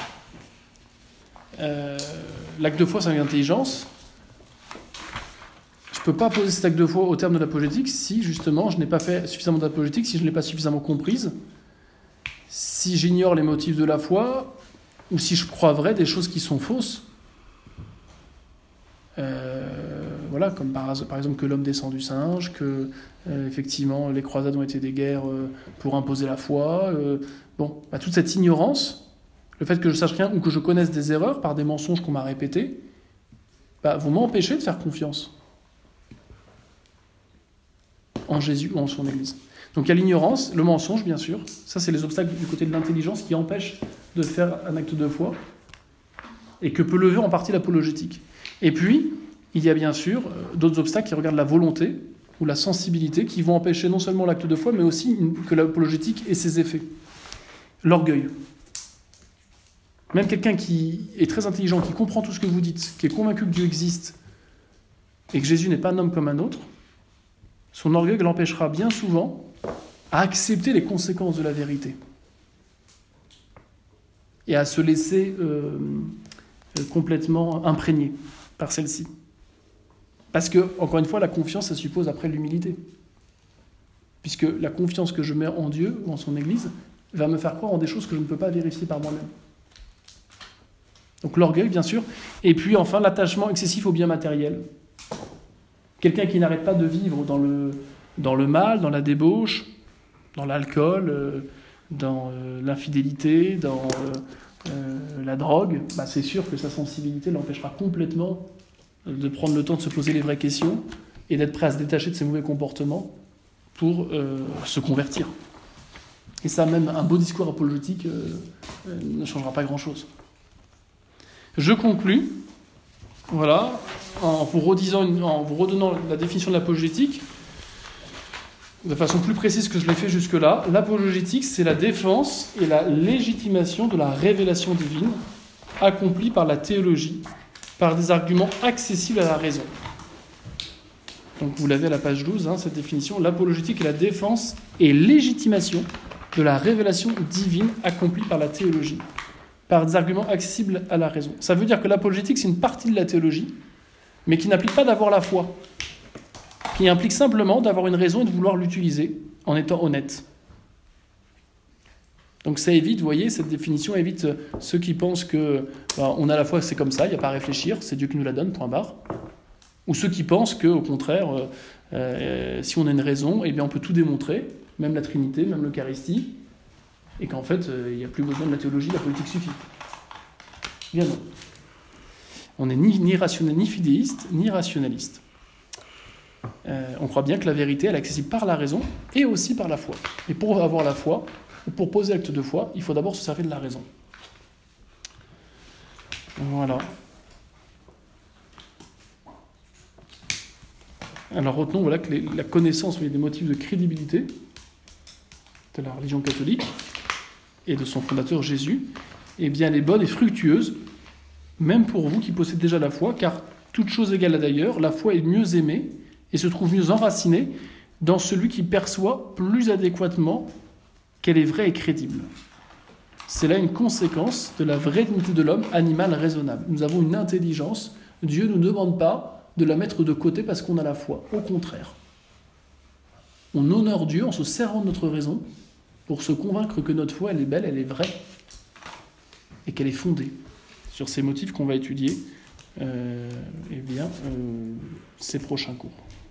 Euh, l'acte de foi, c'est une intelligence. Je ne peux pas poser cet acte de foi au terme de l'apologétique si, justement, je n'ai pas fait suffisamment d'apologétique, si je ne l'ai pas suffisamment comprise, si j'ignore les motifs de la foi, ou si je crois vrai des choses qui sont fausses. Euh, voilà, comme par, par exemple que l'homme descend du singe, que euh, effectivement les croisades ont été des guerres euh, pour imposer la foi. Euh, bon, bah, toute cette ignorance, le fait que je sache rien ou que je connaisse des erreurs par des mensonges qu'on m'a répétés, bah, vont m'empêcher de faire confiance en Jésus ou en son Église. Donc il y a l'ignorance, le mensonge bien sûr, ça c'est les obstacles du côté de l'intelligence qui empêchent de faire un acte de foi et que peut lever en partie l'apologétique. Et puis, il y a bien sûr d'autres obstacles qui regardent la volonté ou la sensibilité qui vont empêcher non seulement l'acte de foi mais aussi que l'apologétique ait ses effets. L'orgueil. Même quelqu'un qui est très intelligent, qui comprend tout ce que vous dites, qui est convaincu que Dieu existe et que Jésus n'est pas un homme comme un autre, son orgueil l'empêchera bien souvent à accepter les conséquences de la vérité et à se laisser euh, complètement imprégné par celle-ci. Parce que, encore une fois, la confiance, ça suppose après l'humilité. Puisque la confiance que je mets en Dieu ou en son Église va me faire croire en des choses que je ne peux pas vérifier par moi-même. Donc l'orgueil, bien sûr. Et puis enfin, l'attachement excessif aux biens matériels. Quelqu'un qui n'arrête pas de vivre dans le, dans le mal, dans la débauche, dans l'alcool, euh, dans euh, l'infidélité, dans euh, euh, la drogue, bah, c'est sûr que sa sensibilité l'empêchera complètement de prendre le temps de se poser les vraies questions et d'être prêt à se détacher de ses mauvais comportements pour euh, se convertir. Et ça, même un beau discours apologétique euh, euh, ne changera pas grand-chose. Je conclus, voilà, en vous, redisant une, en vous redonnant la définition de l'apologétique, de façon plus précise que je l'ai fait jusque-là. L'apologétique, c'est la défense et la légitimation de la révélation divine accomplie par la théologie, par des arguments accessibles à la raison. Donc vous l'avez à la page douze, hein, cette définition. L'apologétique est la défense et légitimation de la révélation divine accomplie par la théologie, par des arguments accessibles à la raison. Ça veut dire que l'apologétique, c'est une partie de la théologie, mais qui n'implique pas d'avoir la foi, qui implique simplement d'avoir une raison et de vouloir l'utiliser en étant honnête. Donc ça évite, vous voyez, cette définition évite ceux qui pensent que bah, on a la foi, c'est comme ça, il n'y a pas à réfléchir, c'est Dieu qui nous la donne, point barre. Ou ceux qui pensent qu'au contraire, euh, euh, si on a une raison, eh bien on peut tout démontrer, même la Trinité, même l'Eucharistie, et qu'en fait, euh, il n'y a plus besoin de la théologie, la politique suffit. Bien non. On n'est ni, ni rationnel, ni fidéiste, ni rationaliste. Euh, on croit bien que la vérité, elle est accessible par la raison et aussi par la foi. Et pour avoir la foi, ou pour poser l'acte de foi, il faut d'abord se servir de la raison. Voilà. Alors retenons voilà, que les, la connaissance des motifs de crédibilité de la religion catholique et de son fondateur Jésus, eh bien, elle est bonne et fructueuse, même pour vous qui possédez déjà la foi, car toute chose égale à d'ailleurs, la foi est mieux aimée et se trouve mieux enracinée dans celui qui perçoit plus adéquatement qu'elle est vraie et crédible. C'est là une conséquence de la vraie dignité de l'homme, animal raisonnable. Nous avons une intelligence, Dieu ne nous demande pas de la mettre de côté parce qu'on a la foi, au contraire. On honore Dieu en se servant de notre raison pour se convaincre que notre foi, elle est belle, elle est vraie, et qu'elle est fondée sur ces motifs qu'on va étudier euh, eh bien, euh, ces prochains cours.